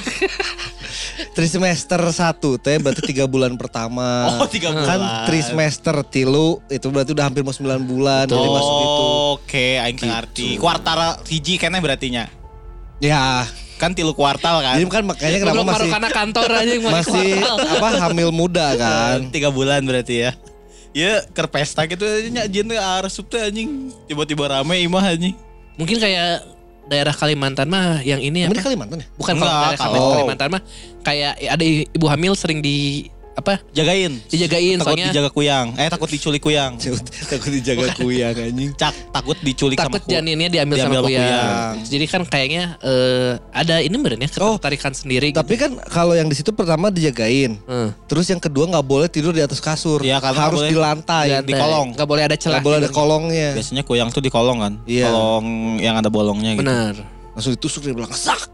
3 semester 1 teh berarti 3 bulan pertama. Oh, 3 bulan. Kan 3 semester tilu itu berarti udah hampir mau 9 bulan dari masuk itu. Oke, aing teh ngarti. Kuartal hiji keneh berartinya. Ya, Kan 3 kuartal kan. jadi kan makanya kenapa Belum baru masih karena kantor aja yang masih apa hamil muda kan. 3 bulan berarti ya. Ya, ke pesta gitu nya jin teh arsup teh anjing. Tiba-tiba rame imah anjing. Mungkin kayak daerah Kalimantan mah yang ini Emang apa? di Kalimantan ya? Bukan Enggak, kalau daerah kalau- Kalimantan mah kayak ada ibu hamil sering di apa? Jagain. Dijagain Takut soalnya dijaga kuyang. Takut diculik kuyang. Takut dijaga kuyang anjing. Takut diculik takut sama janinnya diambil diambil sama sama kuyang. kuyang. Jadi kan kayaknya ada ini benernya ketertarikan sendiri. Tapi kan kalau yang di situ pertama dijagain. Terus yang kedua nggak boleh tidur di atas kasur. Iya, karena harus nggak di boleh lantai. di kolong. Nggak boleh ada celah. Nggak boleh ada tidurnya. kolongnya. Biasanya kuyang tuh di kolong kan. Iya. Kolong yang ada bolongnya gitu. Benar. Langsung ditusuk dari belakang. Sak.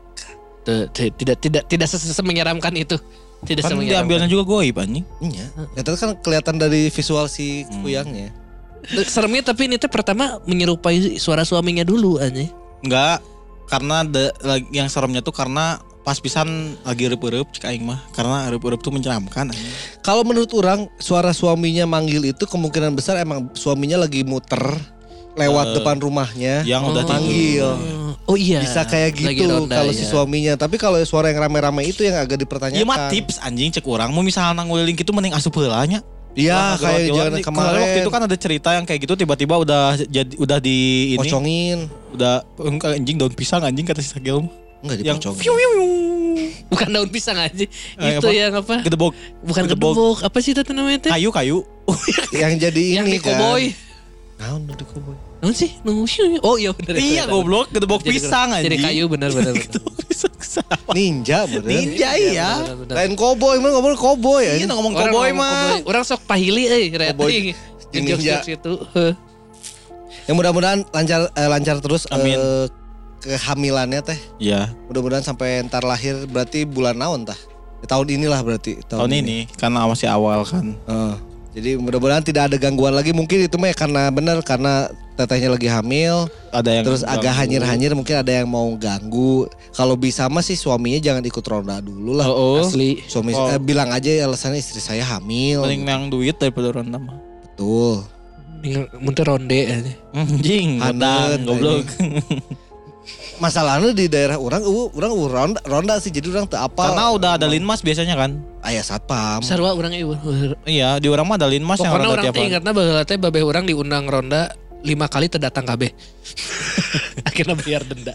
Tidak menyeramkan itu. Tidak Kan semenyeramkan. diambilnya juga goib anjing. Iya. Itu kan kelihatan dari visual si kuyangnya. Seremnya tapi ini tuh pertama menyerupai suara suaminya dulu aja. Enggak, karena yang seremnya tuh karena pas pisan lagi reup-reup cek aing mah. Karena reup-reup tuh menyeramkan anjing. Kalau menurut orang suara suaminya manggil itu kemungkinan besar emang suaminya lagi muter lewat depan rumahnya. Yang udah tidur. manggil. Oh iya. Bisa kayak Lagi gitu ronda, kalau si ya. suaminya. Tapi kalau suara yang rame-rame itu yang agak dipertanyakan. Iya mah tips anjing cek urang mau misalnya nguliling gitu mending asup heula nya. Iya kayak jangan kemarin. Waktu itu kan ada cerita yang kayak gitu tiba-tiba udah di ini. pocongin. Udah anjing daun pisang anjing kata si Sagel mah. Enggak Yang dipocongin. Bukan daun pisang aja. Itu apa? yang apa? Gedebok. Bukan gedebok. Apa sih itu namanya teh? Kayu. Yang jadi Yang ini di koboi. kan. Naon di koboi. Naon sih? Oh iya bener. Iya goblok gedebok pisang anjing. Jadi kayu bener. Gedebok pisang sama. Ninja bener. Ninja iya. Lain koboi, emang ngomong koboi ya. Iya ngomong koboi mah. Orang sok pahili rating. Jeung ninja. Jokes itu. Ya mudah-mudahan lancar terus Amin. Kehamilannya teh. Iya. Mudah-mudahan sampai ntar lahir berarti bulan naon tah? Tahun inilah berarti. Tahun ini karena masih awal kan. Jadi mudah-mudahan tidak ada gangguan lagi. Mungkin itu mah ya karena benar karena tetehnya lagi hamil. Ada yang Terus agak hanyir-hanyir mungkin ada yang mau ganggu. Kalau bisa mah sih suaminya jangan ikut ronda dulu lah. Asli. Suami bilang aja alasannya istri saya hamil. Mending yang duit daripada ronda mah. Betul. Muntah ronde aja. Anjing, Hadet, goblok. Masalahnya di daerah orang ronda sih jadi orang tak apa. Karena udah ada linmas biasanya kan. Ayah satpam. Sarwa orang ieu. Iya, di orang mah ada linmas yang Pokoknya ronda orang tiap teh hari. ingatna baheula teh babeh orang diundang ronda 5 kali terdatang kabeh. Akhirnya bayar denda.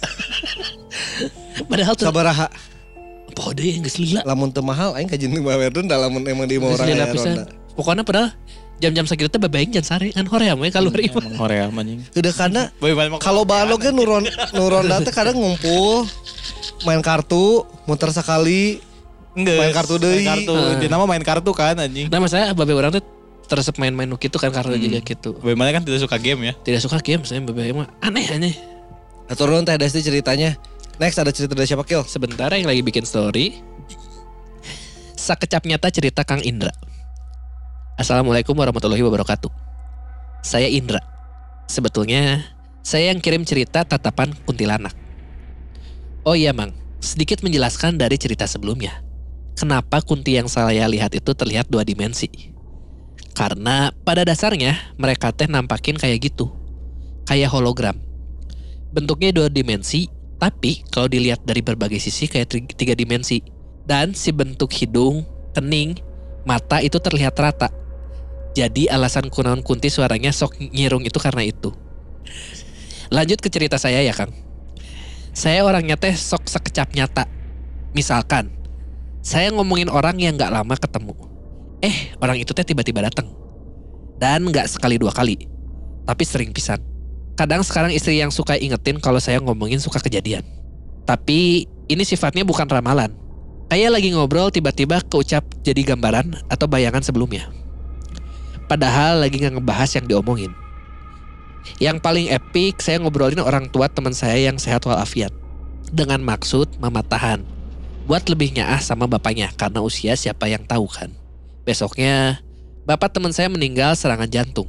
Padahal tuh Sabaraha. poho deui geus lila. Lamun teu mahal aing ka jeung bayar denda lamun emang di mau Geus orang lila aya pisan. ronda. Pokoknya padahal Jam-jam sakitu teh babaeng jan sare kan hoream we keluar ieu. Emang Korea anjing. Udah karena kalau balog kan nuron data kadang ngumpul main kartu muter sekali main kartu deui. Dia nama main kartu kan anjing. Nah maksudnya babe orang tuh teresep main-main nu kitu kan karena juga gitu. Bagaimana kan tidak suka game ya? Tidak suka game saya babe mah aneh. Atur nuhun Teh Desti ceritanya. Next ada cerita dari siapa Kil? Sebentar yang lagi bikin story. Sakecap nyata cerita Kang Indra. Assalamualaikum warahmatullahi wabarakatuh. Saya Indra. Sebetulnya saya yang kirim cerita tatapan kuntilanak. Oh iya Mang, sedikit menjelaskan dari cerita sebelumnya. Kenapa kunti yang saya lihat itu terlihat 2 dimensi? Karena pada dasarnya mereka teh nampakin kayak gitu. Kayak hologram. Bentuknya 2 dimensi, tapi kalau dilihat dari berbagai sisi kayak 3 dimensi. Dan si bentuk hidung, kening, mata itu terlihat rata. Jadi alasan kunaon kunti suaranya sok nyirung itu karena itu. Lanjut ke cerita saya ya Kang. Saya orangnya teh sok sekecap nyata. Misalkan, saya ngomongin orang yang gak lama ketemu. Orang itu teh tiba-tiba datang. Dan gak sekali 2 kali. Tapi sering pisan. Kadang sekarang istri yang suka ingetin kalau saya ngomongin suka kejadian. Tapi ini sifatnya bukan ramalan. Kayak lagi ngobrol tiba-tiba keucap jadi gambaran atau bayangan sebelumnya. Padahal lagi gak ngebahas yang diomongin. Yang paling epic saya ngobrolin orang tua teman saya yang sehat walafiat. Dengan maksud mematahan. Buat lebih nyaah sama bapaknya karena usia siapa yang tahu kan. Besoknya bapak teman saya meninggal serangan jantung.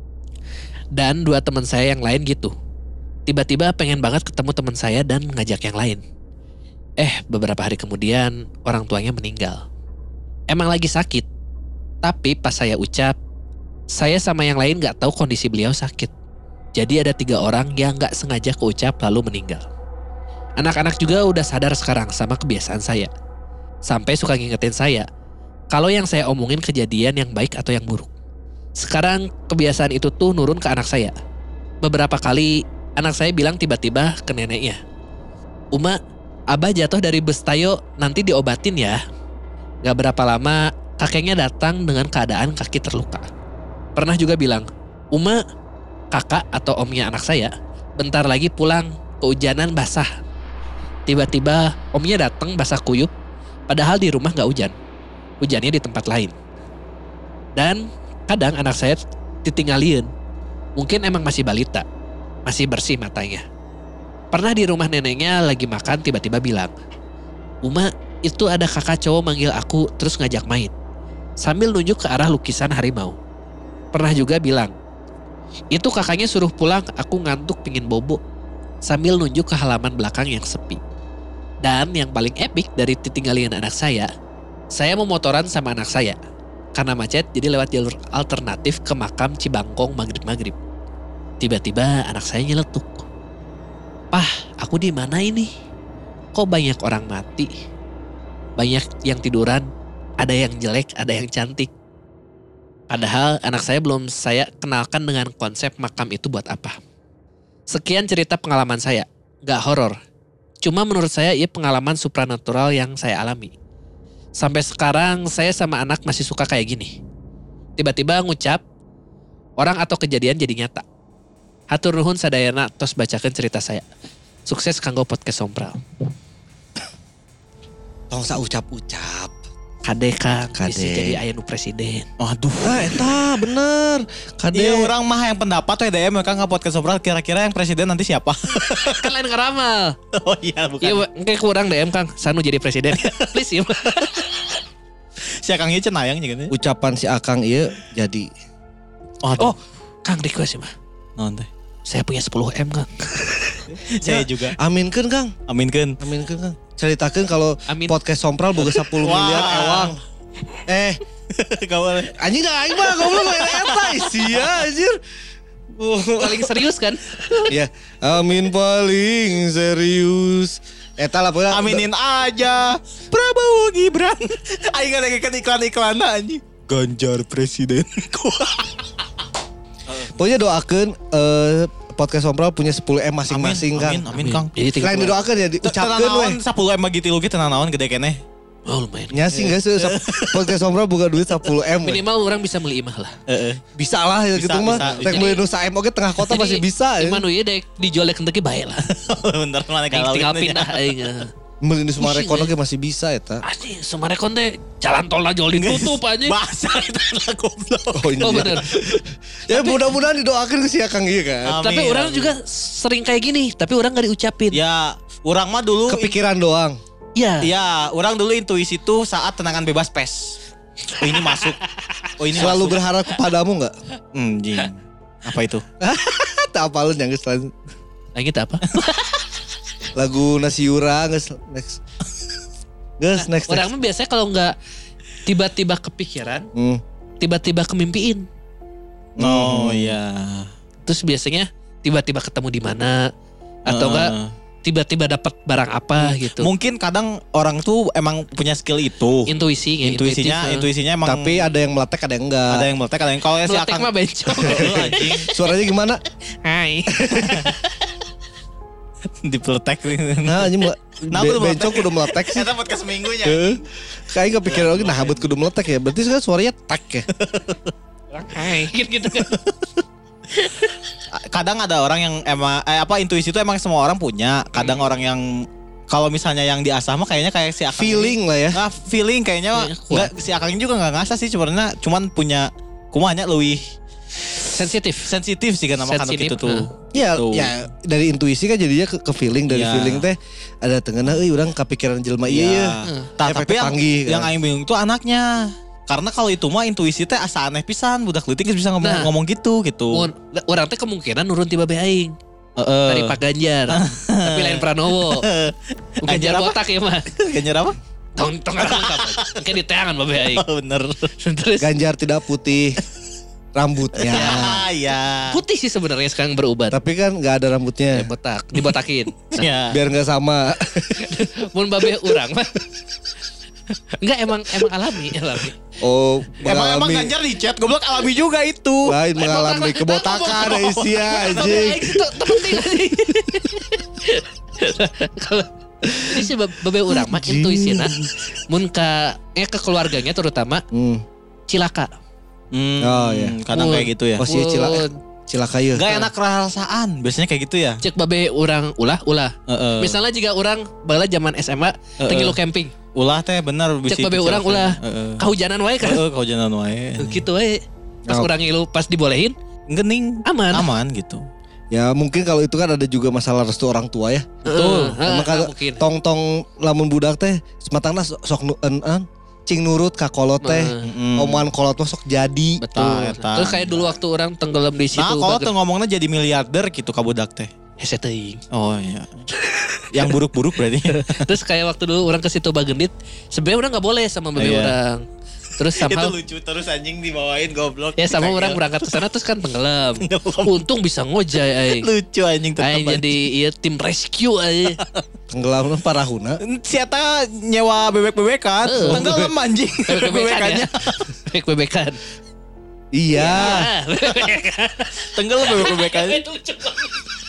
Dan 2 teman saya yang lain gitu. Tiba-tiba pengen banget ketemu teman saya dan ngajak yang lain. Beberapa hari kemudian orang tuanya meninggal. Emang lagi sakit. Tapi pas saya ucap, saya sama yang lain gak tahu kondisi beliau sakit. Jadi ada 3 orang yang gak sengaja keucap lalu meninggal. Anak-anak juga udah sadar sekarang sama kebiasaan saya. Sampai suka ngingetin saya, kalau yang saya omongin kejadian yang baik atau yang buruk. Sekarang kebiasaan itu tuh nurun ke anak saya. Beberapa kali anak saya bilang tiba-tiba ke neneknya, Uma, Abah jatuh dari bus tayo, nanti diobatin ya. Gak berapa lama kakeknya datang dengan keadaan kaki terluka. Pernah juga bilang, Uma, kakak atau omnya anak saya, bentar lagi pulang, kehujanan basah. Tiba-tiba omnya datang basah kuyup, padahal di rumah gak hujan. Hujannya di tempat lain. Dan kadang anak saya ditinggalin. Mungkin emang masih balita. Masih bersih matanya. Pernah di rumah neneknya lagi makan tiba-tiba bilang, Uma, itu ada kakak cowok manggil aku terus ngajak main. Sambil nunjuk ke arah lukisan harimau. Pernah juga bilang, itu kakaknya suruh pulang, aku ngantuk pingin bobo. Sambil nunjuk ke halaman belakang yang sepi. Dan yang paling epik dari ditinggalin anak saya mau motoran sama anak saya. Karena macet jadi lewat jalur alternatif ke makam Cibangkong maghrib-maghrib. Tiba-tiba anak saya nyeletuk. Pah, aku di mana ini? Kok banyak orang mati? Banyak yang tiduran, ada yang jelek, ada yang cantik. Padahal anak saya belum saya kenalkan dengan konsep makam itu buat apa. Sekian cerita pengalaman saya, gak horor. Cuma menurut saya ia pengalaman supranatural yang saya alami. Sampai sekarang saya sama anak masih suka kayak gini. Tiba-tiba ngucap, orang atau kejadian jadi nyata. Hatur nuhun sadayana tos bacakan cerita saya. Sukses kanggo podcast Sompral. Tong sa ucap-ucap. Kade Kang, Kade. bisa jadi aya nu presiden. Aduh. Eta bener. Kade. Iya orang mah yang pendapat tuh DM kan podcast Sompral kira-kira yang presiden nanti siapa? Kan lain ngeramal. Oh iya bukan. Iya, engke kurang DM Kang, Sanu jadi presiden. Please ya. Si Akang ieu cenayang gitu. Ucapan si Akang ieu jadi. Oh, Kang request ya mah. Naon teh? Saya punya 10M Kang. Saya juga. Aminkeun Kang. Aminkeun. Aminkeun Kang. Ceritakeun kalau Amin. podcast Sompral boga 10 miliar ewang. Kawan. Anjing dah aing mah goblok we eta sia anjir. Paling serius kan? Iya, amin paling serius. Eta lah pokoknya. Aminin aja. Prabowo Gibran. Aing ngadegekeun iklan-iklan anjing. Ganjar presiden. Pokoknya doakeun podcast Sompral punya 10M masing-masing Kang. Amin Kang. Jadi Lain didoakeun ya diucapkeun we. Naon 10M bagi 3 ge tenang naon gede keneh. Oh lumayan. Nya sih enggak sih podcast sombral buka duit 10 M. Minimal orang bisa beli imah lah. Bisa lah ya gitu mah. Tek meuli nu 1 M oge tengah kota masih bisa. Imah nu ieu dek dijual dek teu bae lah. Bener mana kalau Tinggal pindah aing. Meuli di Sumarekon oge masih bisa eta. Asli Sumarekon teh jalan tolna jual ditutup aja. bahasa itu lah goblok. Oh bener. Ya mudah-mudahan didoakeun ke si Akang ieu kan. Tapi orang juga sering kayak gini, tapi orang gak diucapin. Ya, orang mah dulu Kepikiran doang. Iya. Iya, orang dulu intuisi tuh saat tenangan bebas pes. Oh ini masuk. Oh ini Selalu masuk. berharap kepadamu enggak? Jing. Apa itu? Tak apalun yang geus lanjut. Lagi tak apa? Lagu Nasi Yura geus next. Geus next. Orang mah biasanya kalau nggak tiba-tiba kepikiran, tiba-tiba kemimpiin. Oh iya. Terus biasanya tiba-tiba ketemu di mana atau enggak tiba-tiba dapat barang apa gitu. Mungkin kadang orang tuh emang punya skill itu. Intuisi, Intuisinya emang. Tapi ada yang meletek ada yang enggak. Ada yang meletek, ada yang kalau si meletek Akang mah bencong. anjing Suaranya gimana? Hai. dipeletek. Nah anjing Nah, kudu meletek. bencong kudu meletek sih. Kita podcast seminggunya. Kayak kepikiran lagi nah habut kudu meletek ya. Berarti kan suaranya tek ya. Hai. Gitu kan. Kadang ada orang yang emang intuisi itu emang semua orang punya. Kadang orang yang kalau misalnya yang diasah mah kayaknya kayak si Akang. Feeling lah ya. Nah, feeling kayaknya enggak si Akang juga enggak ngasah sih sebenarnya cuman punya kumanya lebih sensitif sih kan sama kan gitu tuh. Ya, Tuh. ya dari intuisi kan jadinya ke feeling dari Iya. feeling teh ada tengena urang kepikiran jelema ieu ya. Tapi panggih, yang kan. aing bingung tuh anaknya. Karena kalau itu mah intuisi teh asa aneh pisan budak leutik bisa ngomong gitu. Orang teh kemungkinan nurun tiba bae aing. Dari Pak Ganjar. Tapi lain Pranowo. Ganjar apa? botak ya mah. Ganjar apa? Tong lengkap. Mungkin di tangan babe aing. Oh, bener. Terus Ganjar tidak putih rambutnya. Ya. putih sih sebenarnya sekarang berubah. Tapi kan nggak ada rambutnya. Botak, dibotakin. Ya. Biar nggak sama. Mun babe urang mah. Enggak emang alami. Oh, Emang mengalami. Ganjar di chat goblok alami juga itu. Lain mengalami kebotakan Aisyah anjing. Kalau ini sih babe urang mah intuisina mun ke keluarganya terutama cilaka. Oh, iya. Kadang kayak gitu ya. Oh, sih cilaka ya. Gak enak rasaan. Biasanya kayak gitu ya. Cek babe urang ulah. Misalnya jika orang bala zaman SMA tengilu camping. Ulah teh bener Cek babe urang ulah. Kahujanan wae kan. Kahujanan wae. Gitu wae. Pas urang ngilu pas dibolehin Gening. aman gitu. Ya mungkin kalau itu kan ada juga masalah restu orang tua ya. Betul. Emang kan Mungkin. tong lamun budak teh sematangna sok cing nurut ka kolot teh. Omongan kolot mah sok jadi. Betul. Eta. Terus kayak dulu waktu orang tenggelam di situ. Nah kalau tuh ngomongnya jadi miliarder gitu kabudak teh. Hese teuing. Oh iya. Yang buruk-buruk berarti. Terus kayak waktu dulu orang ke situ Bagendit, sebenarnya orang nggak boleh sama babe Iya. orang. Terus sama lucu terus anjing dibawain goblok. ya sama orang berangkat ke sana terus kan tenggelam. Untung bisa ngojay aing. Lucu anjing tetep. Aing jadi iya tim rescue aing. Tenggelam parahuna. Si Eta nyewa bebek-bebekan. Tenggelam anjing. Bebek-bebekan ya. Bebek-bebekan. Iya. Tenggelam bebek-bebekan. Itu lucu banget.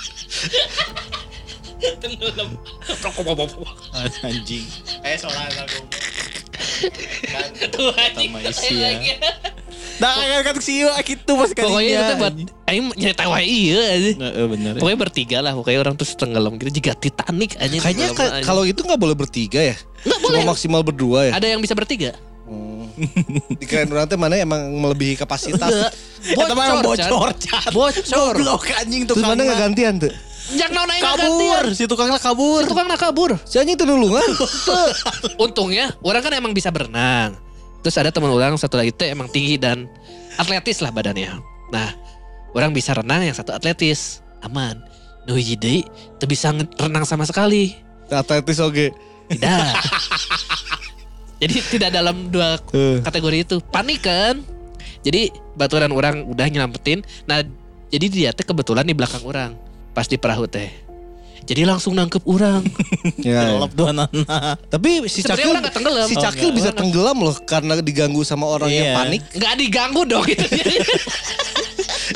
Tenggelam. Anjing. Soalnya goblok. Tuh anjing. Sama isi ya. Nah kan si Iyo gitu pas kalinya. Pokoknya itu buat aing nyerita wae ieu anjing. Bener. Pokoknya bertiga lah, pokoknya orang terus tenggelam gitu juga Titanic aja. Kayaknya kalau itu nggak boleh bertiga ya. Cuma maksimal berdua ya. Ada yang bisa bertiga. Dikirain orang teh mana emang melebihi kapasitas. Eta mah yang bocor. Bocor. Goblok anjing Terus mana nggak gantian tuh? Jak naon aing kabur. Si tukangnya kabur. Tukang kabur. Si anjing itu nulungan. Untungnya orang kan emang bisa berenang. Terus ada teman orang satu lagi teh emang tinggi dan atletis lah badannya. Nah, orang bisa renang, yang satu atletis. Aman. Nu hiji deui teu bisa renang sama sekali. Atletis oge. Tidak. Jadi tidak dalam dua kategori itu. Panik kan. Jadi baturan orang udah nyelamatin. Nah, jadi dia teh kebetulan di belakang orang. Pas di perahu teh. Jadi langsung nangkep orang. Ya. Lelep dua nana. Tapi si Sebenarnya Cakil orang nggak tenggelam. Si Cakil bisa tenggelam loh karena diganggu sama orang yang Iya. panik. Nggak diganggu dong gitu.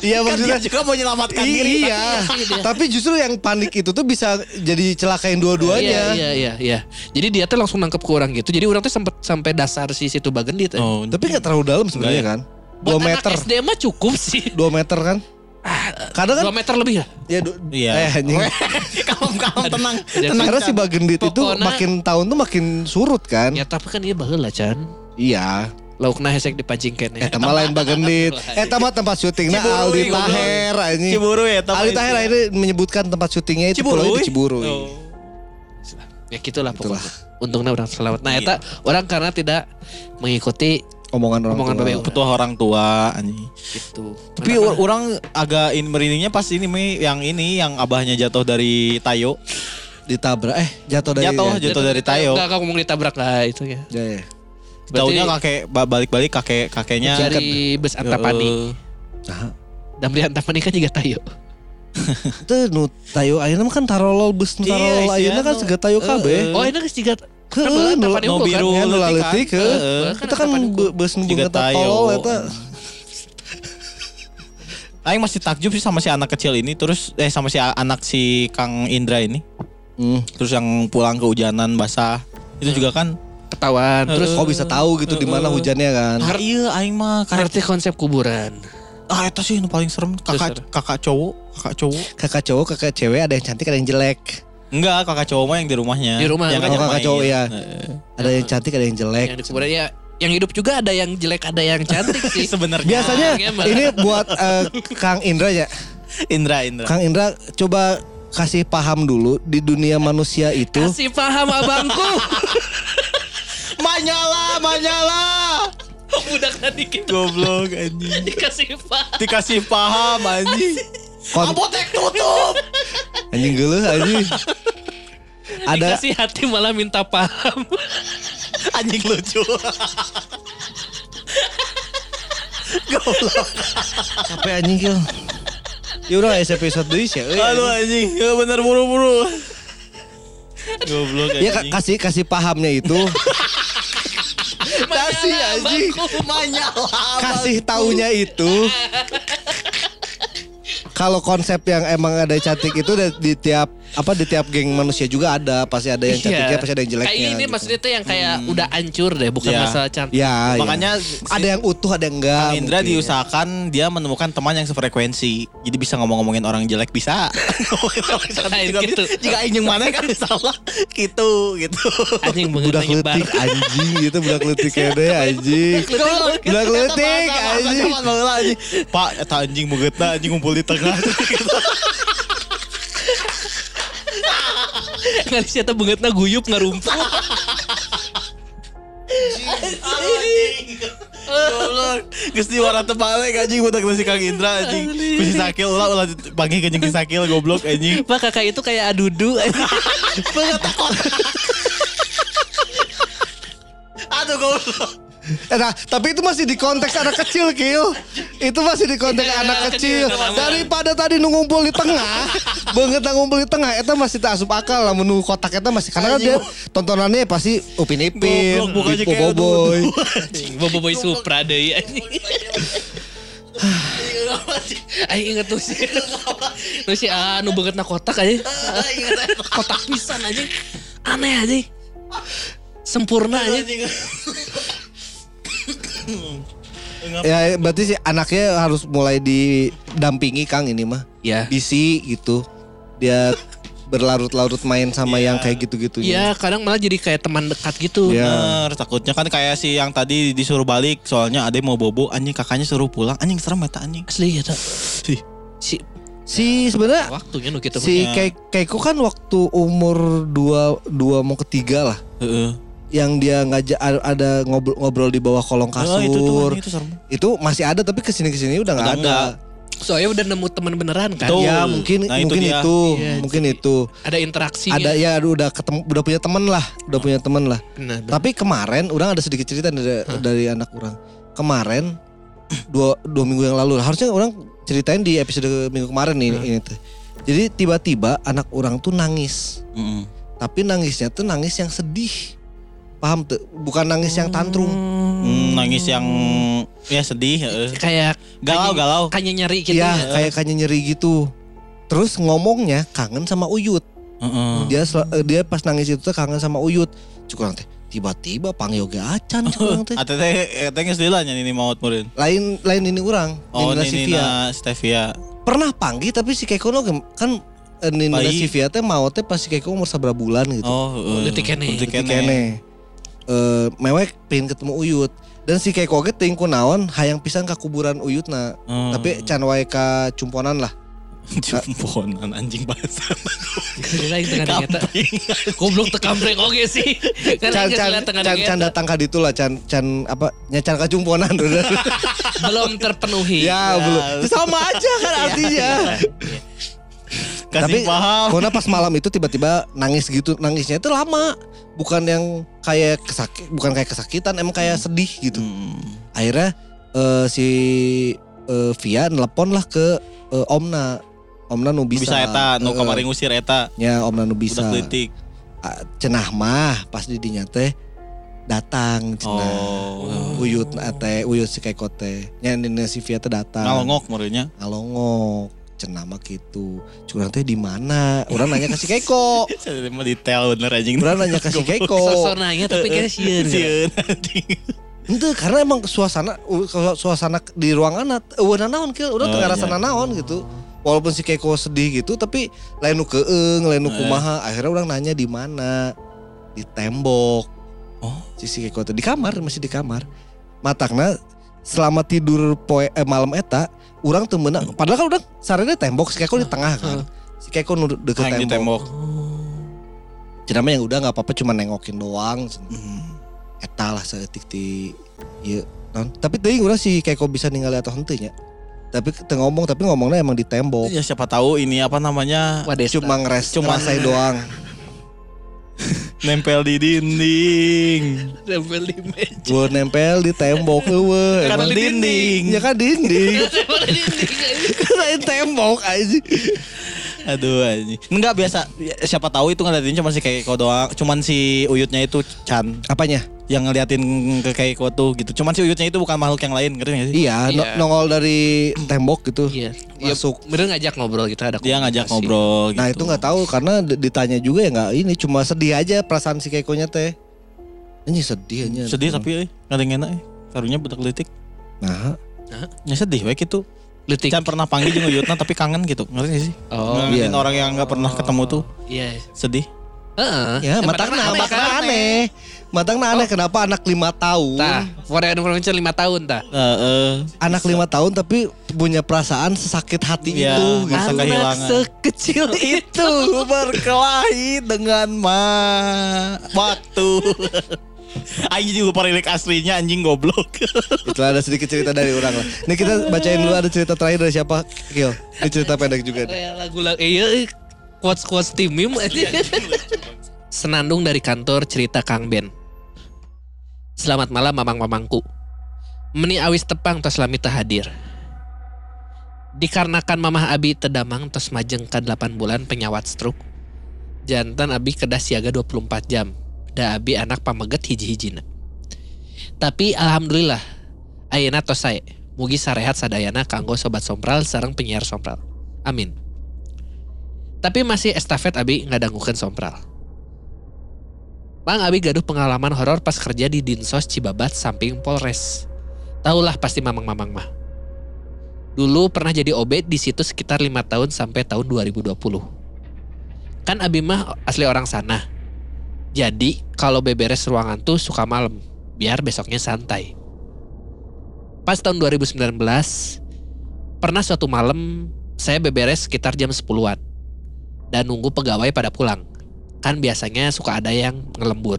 Iya maksudnya dia juga mau menyelamatkan diri. Iya. Tapi justru yang panik itu tuh bisa jadi celakain dua-duanya. Iya. Jadi dia tuh langsung nangkep ke orang gitu. Jadi orang tuh sempet sampai dasar si situ Bagendit. Oh, Tapi gak terlalu dalam sebenarnya kan. 2 Buat meter. anak SD mah cukup sih. 2 meter kan. Kadang kan 2 meter lebih ya. ya iya. anjing. Kalem tenang. Karena si Bagendit itu Pokona- makin tahun tuh makin surut kan. Ya tapi kan iya baheula Chan. Iya. Laukna hesek dipancingkeun. Eta mah lain Bagendit. Eta mah tempat syutingnya Aldi Taher anjing. Ciburu ya. Aldi Taher akhirnya menyebutkan tempat syutingnya itu pulau di Ciburu. Oh. Ya gitulah pokoknya. Untungnya orang selamat. Nah eta orang karena tidak mengikuti Omongan orang Omongan tua. babe. Betul orang tua anjing. gitu. Tapi orang agak merindingnya pas ini yang abahnya jatuh dari Tayo. Ditabrak jatuh dari Jatuh dari Tayo. Enggak ngomong ditabrak lah itu ya. Ya. Taunya balik-balik kakeknya Dari bus Antapani. Nah, Dan beli Antapani kan juga Tayo. itu nu tayo ayeuna mah kan tarolol bus nu tarolol Iya, ayeuna kan sega tayo kabeh. Oh ini kan juga kan Heuh, Antapani nu unggul kan. biru. Ya nu leutik laletik kan. Itu kan bus nu Juga beungeut tayo. tolol eta. Aing masih takjub sih sama si anak kecil ini terus sama si anak si Kang Indra ini. Terus yang pulang kehujanan basah. Itu juga kan Ketahuan. Terus Kok bisa tahu gitu di mana hujannya kan? iya aing mah ngerti konsep kuburan. eta sih yang paling serem kakak cowok. Kakak cowok, kakak cewek ada yang cantik, ada yang jelek. Enggak, kakak cowok mah yang di rumahnya. Di rumah. Yang Oh, ngajak kakak main. cowok ya. Ada yang cantik, ada yang jelek. Yang di kuburan ya yang hidup juga ada yang jelek ada yang cantik sih. Sebenarnya Biasanya Gimana? ini buat Kang Indra ya. Indra. Kang Indra coba kasih paham dulu di dunia manusia itu. Kasih paham abangku. Manyala. Budak dikit Goblok anjing. dikasih paham. anjing. Apotek tutup. Anjing geuleuh anjing. Ada Dikasih hati malah minta paham. Anjing lucu. Goblok. capek anjing kieu. Ya udah episode deui sih. Aduh anjing. Ya bener buru-buru. Goblok Ya anjing. kasih pahamnya itu. Kasih anjing. Manyala. Kasih taunya itu. Kalau konsep yang emang ada cantik itu di tiap geng manusia juga ada, pasti ada yang cantiknya, pasti ada yang jeleknya. Kayak ini gitu. maksudnya tuh yang kayak udah hancur deh, bukan Ya. masalah cantik. Ya, Makanya ada yang utuh, ada yang enggak. Kang Indra mungkin. diusahakan dia menemukan teman yang sefrekuensi. Jadi bisa ngomongin orang jelek bisa. Lain gitu. Jika ingin mana kan salah gitu. Anjing Budak mengenai letik anjing gitu, budak letik kede anjing. Budak letik anjing. Pak, eta anjing begetna anjing ngumpul di tengah. Nggak siapa bangetna guyup ngarumpul. Goblok. Geus diwara teu balik anjing budak si Kang Indra anjing. Ku si Sakil ulah panggil ke jeung si Sakil goblok anjing. Pak kakak itu kayak adudu. Banget takut. Aduh goblok. Nah, tapi itu masih di konteks anak kecil, Kil. Itu masih di konteks Iya, anak kecil. kecil, teman-teman. Daripada tadi nu ngumpul di tengah, banget ngumpul di tengah, eta masih tak asup akal lah menu kotak eta masih karena kan dia tontonannya pasti Upin Ipin, Goblok, bukannya Bipo kayak Boboy. Boboiboy Supra deh anjing. Aing inget tuh sih. Tuh sih anu bangetna kotak aja. Kotak pisan anjing. Aneh anjing. Sempurna aja. Ya berarti sih anaknya harus mulai didampingi Kang ini mah. Ya. Bisi gitu. Dia berlarut-larut main sama yang kayak gitu-gitunya. Iya, kadang malah jadi kayak teman dekat gitu. Iya. Bener, takutnya kan kayak si yang tadi disuruh balik soalnya ada yang mau bobo anjing kakaknya suruh pulang anjing serem eta anjing. Asli ya tak. Sih. Si sebenarnya Waktunya nu gitu. si Keiko kan waktu umur 2 mau ketiga lah. Heeh. Yang dia ngajak ada ngobrol di bawah kolong kasur. Itu serem. Itu masih ada tapi kesini udah nggak Udah ada. nggak. Soalnya udah nemu teman beneran kan. Betul. Ya mungkin Nah, itu mungkin dia. itu, Iya, mungkin jadi itu. Ada interaksi. Ada ya udah ketemu, udah punya teman lah, Benar. Tapi kemarin orang ada sedikit cerita dari anak orang. Kemarin dua minggu yang lalu harusnya orang ceritain di episode minggu kemarin nih ini tuh. Jadi tiba-tiba anak orang tuh nangis. Tapi nangisnya tuh nangis yang sedih. Paham tuh? Bukan nangis yang tantrum. Nangis yang Ya sedih. Kayak Galau. Kayaknya nyeri gitu. Iya, kayak nyeri gitu. Terus ngomongnya kangen sama Uyut. Dia pas nangis itu tuh kangen sama Uyut. Cukurang teh tiba-tiba panggil ge acan cukurang teh. Ate teh geus lila nya ini maot meureun. Lain ini urang, Oh, Nina Stevia. Pernah panggil tapi si Keiko kan Nina Sivia teh mau teh pas si Keiko umur saberapa bulan gitu. Leutik Kene. Mewek pengen ketemu Uyut. Dan si Keiko ge teuing kunaon hayang pisan ka kuburan Uyutna. Tapi can wae ka cumponan lah. Cumponan anjing bahasa. Lain tengah eta. Goblok teu kampreng oge sih. Can datang ka ditu lah can apa nyacan ka cumponan udah. Belum terpenuhi. Ya, belum. Sama aja kan artinya. Kasih paham. Karena pas malam itu tiba-tiba nangis gitu. Nangisnya itu lama. Bukan yang kayak kesakitan, emang kayak sedih gitu. Akhirnya si Via nelpon lah ke Omna nu bisa eta nu kamari ngusir eta. Ya Omna nu bisa. Udah kritik. Cenah mah pas di dinya teh datang cenah. Uyut si Keiko teh. Nya si Via teh datang. Ngalongok meureunnya. Ngalongok. Cenah mah gitu. Curang teh di mana? Urang nanya ke si Keiko. Saya mah detail bener anjing. Urang nanya ke si Keiko. Sosok nanya tapi kayak sieun. Ente karena emang suasana di ruangan eueuh naon kieu urang teu ngarasa naon gitu. Walaupun si Keiko sedih gitu tapi lain nu keung, lain nu kumaha. Akhirnya urang nanya di mana? Di tembok. Si Keiko teh di kamar, masih di kamar. Matakna selama tidur malam eta urang teu meunang. Padahal kan urang sarene tembok, si Keiko di tengah kan. Si Keiko nu deket tembok. Cenah mah yang udah enggak apa-apa cuma nengokin doang. Eta lah saeutik ti ieu non. Tapi teuing urang si Keiko bisa ningali atau henteu nya. Tapi teu ngomong tapi ngomongnya emang di tembok. Ya siapa tahu ini apa namanya Cuma ngerasain doang. Nempel di dinding. Nempel di meja. Gua nempel di tembok eueuh. Emang dinding. Ya kan dinding. Nempel di dinding. Kirain tembok aja. Aduh anjing. Enggak biasa siapa tahu itu ngeliatin cuma si Keiko doang. Cuman si Uyutnya itu Chan. Apanya? Yang ngeliatin ke Keiko tuh gitu. Cuman si Uyutnya itu bukan makhluk yang lain, ngerti gak sih? Iya, nongol dari tembok gitu. Iya. Masuk. Bener ngajak ngobrol gitu ada. Dia ngajak ngobrol gitu. Nah, itu enggak tahu karena ditanya juga ya enggak ini cuma sedih aja perasaan si Keikonya teh. Ini sedih aja. Sedih tapi enggak ada yang enak karunya budak leutik. Nah, ya sedih we gitu. Leutik. Can pernah panggil jeung Uyutna tapi kangen gitu. Ngerti gak sih? iya. Orang yang enggak pernah ketemu tuh. Iya. Sedih. Ya, matangna aneh. Matangna aneh kenapa anak 5 tahun? Tah, Korea Indonesia 5 tahun tah. Anak 5 tahun tapi punya perasaan sesakit hati ya, itu gitu. Anak kehilangan. Sekecil itu berkelahi dengan waktu. Aing juga parilik aslinya anjing goblok. Itulah ada sedikit cerita dari orang lah. Ini kita bacain dulu ada cerita terakhir dari siapa? Gil. Ini cerita pendek juga. Lagu-lagu quotes tim meme aja. Senandung dari kantor cerita Kang Ben. Selamat malam mamang-mamangku. Meni awis tepang tos lami teu hadir. Dikarenakan mamah abi tedamang tos majeng ka 8 bulan penyawat stroke. Jantan abi kedah siaga 24 jam. Da abi anak pameget hiji-hijina. Tapi alhamdulillah ayeuna tos sae. Mugi sarehat sadayana kanggo sobat Sompral sareng penyiar Sompral. Amin. Tapi masih estafet abi ngadangukeun Sompral. Bang abi gaduh pengalaman horor pas kerja di Dinsos Cibabat samping Polres. Taulah pasti mamang-mamang mah. Dulu pernah jadi OB di situ sekitar 5 tahun sampai tahun 2020. Kan abi mah asli orang sana. Jadi kalau beberes ruangan tuh suka malam, biar besoknya santai. Pas tahun 2019, pernah suatu malam saya beberes sekitar jam 10-an. Dan nunggu pegawai pada pulang. Kan biasanya suka ada yang ngelembur.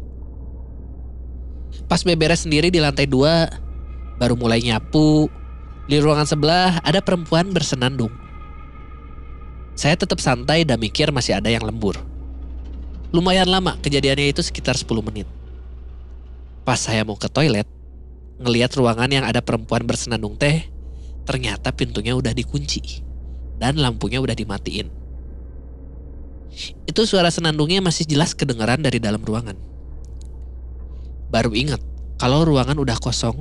Pas beberes sendiri di lantai 2, baru mulai nyapu. Di ruangan sebelah ada perempuan bersenandung. Saya tetap santai dan mikir masih ada yang lembur. Lumayan lama kejadiannya itu sekitar 10 menit. Pas saya mau ke toilet, ngelihat ruangan yang ada perempuan bersenandung teh, ternyata pintunya udah dikunci. Dan lampunya udah dimatiin. Itu suara senandungnya masih jelas kedengaran dari dalam ruangan. Baru ingat kalau ruangan udah kosong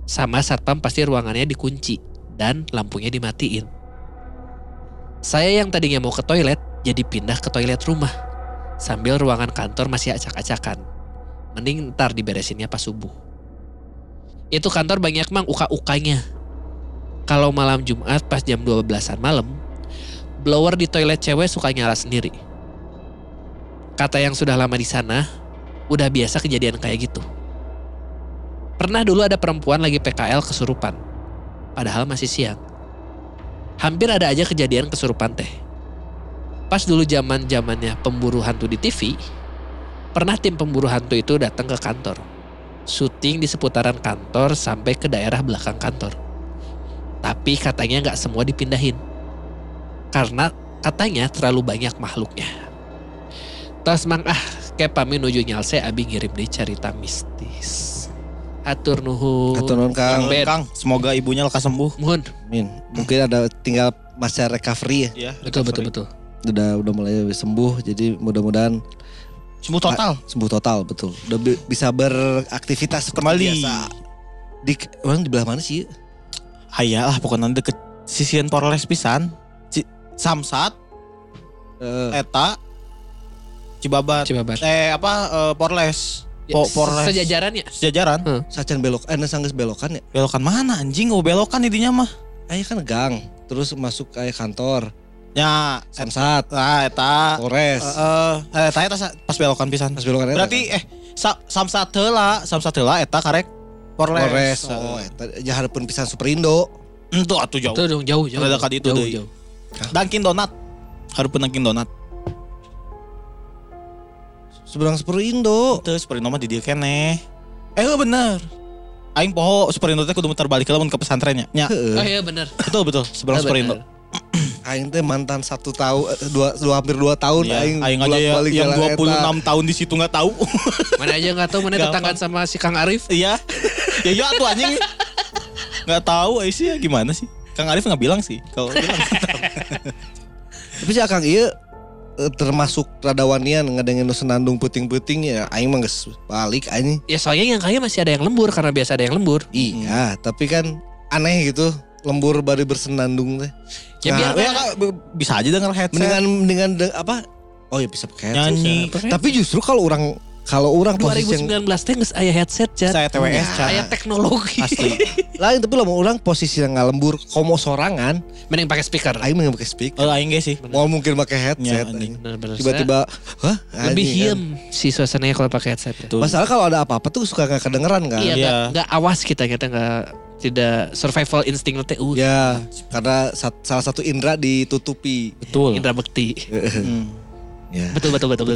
Sama satpam pasti ruangannya dikunci dan lampunya dimatiin. Saya yang tadinya mau ke toilet jadi pindah ke toilet rumah. Sambil ruangan kantor masih acak-acakan. Mending ntar diberesinnya pas subuh. Itu kantor banyak mang uka-ukanya. Kalau malam Jumat pas jam 12-an malam, blower di toilet cewek suka nyala sendiri. Kata yang sudah lama di sana, udah biasa kejadian kayak gitu. Pernah dulu ada perempuan lagi PKL kesurupan. Padahal masih siang. Hampir ada aja kejadian kesurupan teh. Pas dulu zamannya pemburu hantu di TV, pernah tim pemburu hantu itu datang ke kantor. Syuting di seputaran kantor sampai ke daerah belakang kantor. Tapi katanya gak semua dipindahin. Karena katanya terlalu banyak makhluknya. Tas mang kayak pami nuju nyalse abi ngirim deh cerita mistis. Atur nuhun. Atur nuhun Kang. Kang, semoga ibunya lekas sembuh. Mohon. Amin. Mungkin ada tinggal masa recovery ya. Ya, Betul. Udah mulai sembuh, jadi mudah-mudahan sembuh total. Sembuh total, betul. Udah bisa beraktivitas seperti Kembali. biasa. Orang di belah mana sih? Hayalah pokoknya deket sisian Polres pisan. Samsat, Eta, Cibabat. Polres. Polres. Sejajaran ya? Sacan belok, sanggeus belokan ya? Belokan mana anjing? Belokan intinya mah. Aya kan gang, terus masuk kayak kantor. Ya, Samsat, Eta. Polres. Eta pas belokan pisan. Pas belokan eta. Berarti Samsat heula eta karek Polres. Oh, eta jahareupun pisan Superindo. Itu atuh jauh. Itu dong jauh. Rada ka ditu deui. Jauh. Dunkin Donat. Hareupeun Dunkin Donat. Seberang Superindo. Teu Superindo mah di dieu keneh. Bener. Aing poho Superindo teh kudu muter balik ke lamun ke pesantrennya. Nya. Oh iya benar. Betul seberang Superindo. Aing teh mantan 1 tahun, hampir 2 tahun Ya, aing aja bolak-balik yang jalan 26 eta. tahun di situ enggak tahu. Mana aja nggak tahu mana tetanggaan sama si Kang Arif. Iya. Ya tuh anjing. Enggak tahu sih gimana sih. Kang Arif enggak bilang sih. Kalau bilang Tapi si Akang ieu termasuk radawanian ngadengin nu senandung puting-puting ya aing mah geus balik aing. Ya soalnya yang kaya masih ada yang lembur karena biasa ada yang lembur. Iya, tapi kan aneh gitu lembur bari bersenandung teh. Ya biar bisa aja denger headset. Mendingan apa? Oh ya bisa pakai headset. Nyanyi. Tapi justru kalau orang posisi yang 2019 teh geus aya headset Cat. Saya TWS Cat. Aya teknologi. Asli. lain tapi lamun orang posisi yang ngalembur komo sorangan, Mending pakai speaker. aing mending pakai speaker. Aing ge sih. Mau mungkin pakai headset. Ya, aing. Bener-bener. Tiba-tiba, hah? Lebih Anjing, hiem si suasananya kalau pakai headset. Ya. Betul. Masalah kalau ada apa-apa tuh suka gak kedengeran kan? Iya, Iya. nggak awas kita nggak tidak survival insting nanti. Ya, karena salah satu indera ditutupi. Betul. Indra bekti. Ya. Betul.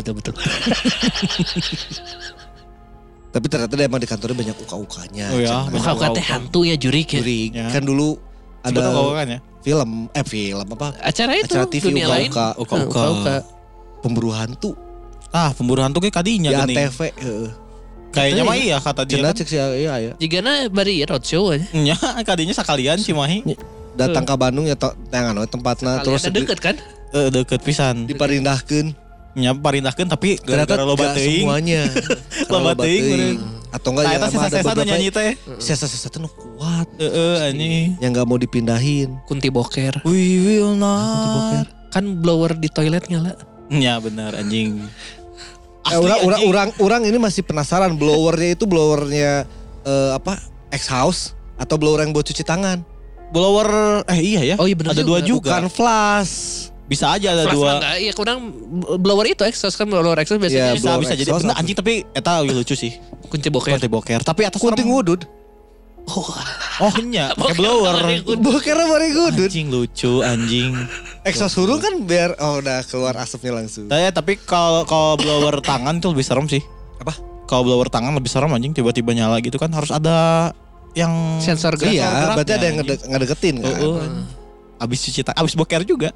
Tapi ternyata emang di kantornya banyak uka-ukanya. Oh ya, Cen. Muka teh hantu ya jurik ya. Jurik. Ya. Kan dulu Ada ada kan ya? film apa? Acara itu Acara TV dunia lain. uka-uka. Pemburu hantu Pemburu hantu ge kadinya di geuning. ATV. Heeh. Kayaknya mah iya kata dia. Cenah Kan. cek sih iya ya. Jigana bari roadshow aja. Nya kadinya sakalian Cimahi. Datang ke Bandung ya tangan tempatnya terus Terus deket kan? Deket pisan. diparindahkeun. Nya parindahkeun tapi Ternyata gara-gara loba gak teuing. semuanya. Loba teuing meureun. Atau enggak Eta sisa-sisa nu nyanyi teh. Sisa-sisa teh nu kuat. Anjing. Yang gak mau dipindahin. Kunti boker. We will not. Kan blower di toilet nyala. Nya benar anjing. Orang ini masih penasaran blowernya itu blowernya X-House atau blower yang buat cuci tangan. Blower iya ya. Oh iya benar Ada juga. 2 juga. Bukan flash. Bisa aja ada Flash 2. mah enggak, iya kurang blower itu exhaust kan blower exhaust biasanya Iya, Bisa blower jadi. exhaust Bener apa? anjing tapi eta lucu sih. kunci boker. Kunti boker. Tapi atas Kunting wudud. Oh nya pakai blower. Bokernya bari gudud. Anjing lucu anjing. Exhaust hurung kan biar udah keluar asapnya langsung. Tapi kalau blower tangan itu lebih serem sih. Apa? Kalau blower tangan lebih serem anjing tiba-tiba nyala gitu kan harus ada yang Sensor gerak. Iya, berarti ada yang anjing. ngedeketin kan. Abis cuci tangan, abis boker juga.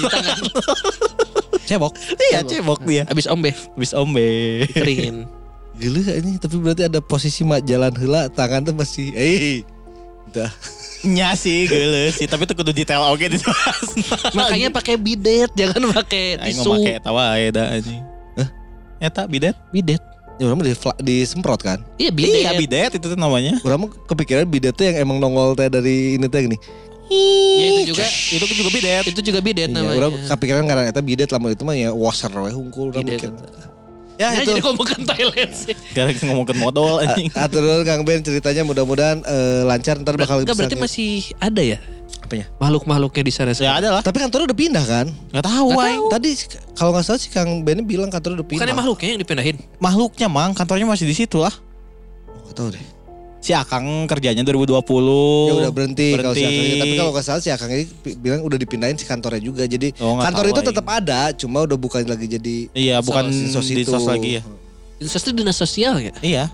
Cebok. Iya cebok dia. Abis ombe Abis ombe. keringin. Gila ini tapi berarti ada posisi jalan heula tangan tuh masih udah. Nya sih geuleuh sih tapi itu kudu detail oge di Makanya pakai bidet, jangan pakai Aing tisu. mau make eta wae da anjing. Eta bidet? Bidet. Ya orang disemprot kan. Iya bidet. Iya bidet itu tuh namanya. Orang mah kepikiran bidet tuh yang emang nongol teh dari ini teh gini. Ya Itu juga bidet. Itu juga bidet Iya, namanya. orang kepikiran karena eta bidet lamun itu mah ya washer we hungkul urang Bidet. mikir. Ya Nah, itu. jadi ngomongin Thailand sih. Sekarang ngomongin modal anjing. Atur Kang Ben ceritanya mudah-mudahan lancar ntar bakal Enggak berarti bisa- masih ada ya apanya? makhluk-makhluknya di sana. Ya ada lah. Tapi kantornya udah pindah kan? Enggak tahu aing. Tadi kalau nggak salah si Kang Ben bilang kantornya udah pindah. Bukannya makhluknya yang dipindahin? Makhluknya mang kantornya masih di situ lah. Nggak tahu deh. Si Akang kerjanya 2020. Ya udah berhenti kalau si Akang. Tapi kalau nggak salah si Akang ini bilang udah dipindahin si kantornya juga. Jadi Oh, nggak kantor tahu itu aing. tetap ada, cuma udah bukan lagi jadi Iya, bukan Dinsos di itu. sos lagi ya. Dinsos itu dinas sosial ya? Iya.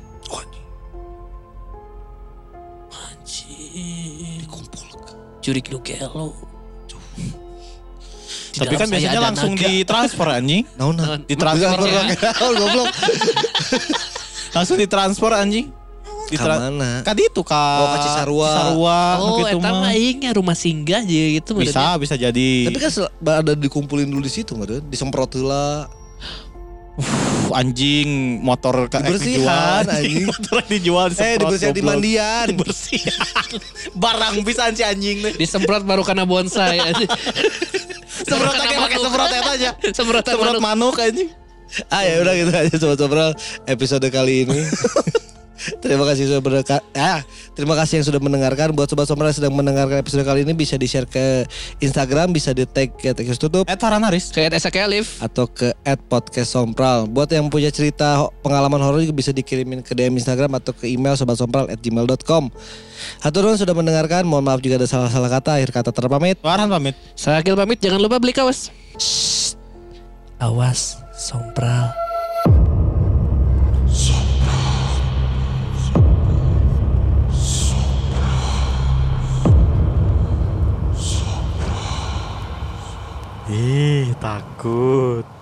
Anjir. Curik nugelo. Tapi kan biasanya langsung ditransfer anjing. Naon. Ditransfer Goblok. langsung ditransfer anjing. Ka mana? Ka ditu ka. Oh, ka Cisarua. Oh, gitu eta mah aingnya rumah singgah aja gitu. Bisa jadi. Tapi kan ada dikumpulin dulu di situ mah, disemprot heula. Anjing motor Dibersihan, anjing. Motor dijual Dibersihan di mandian. Dibersihan. Barang bisa si anjing nih. Disemprot baru karena bonsai. Semprot aja pakai semprot eta aja. Semprot manuk anjing. Ah ya udah gitu aja sobat-sobat episode kali ini. Terima kasih terima kasih yang sudah mendengarkan. Buat sobat-sobat yang sedang mendengarkan episode kali ini bisa di-share ke Instagram, bisa di-tag ke Tekus Tutup Faranaris. Kayak Esa Alif. atau ke @podcastsompral. Buat yang punya cerita pengalaman horor juga bisa dikirimin ke DM Instagram atau ke email sobatsompral@gmail.com. Hatur nuhun sudah mendengarkan. Mohon maaf jika ada salah-salah kata. Akhir kata terpamit. Farhan pamit. Saya Akil pamit, jangan lupa beli kaos. Awas, sompral. Ih, takut.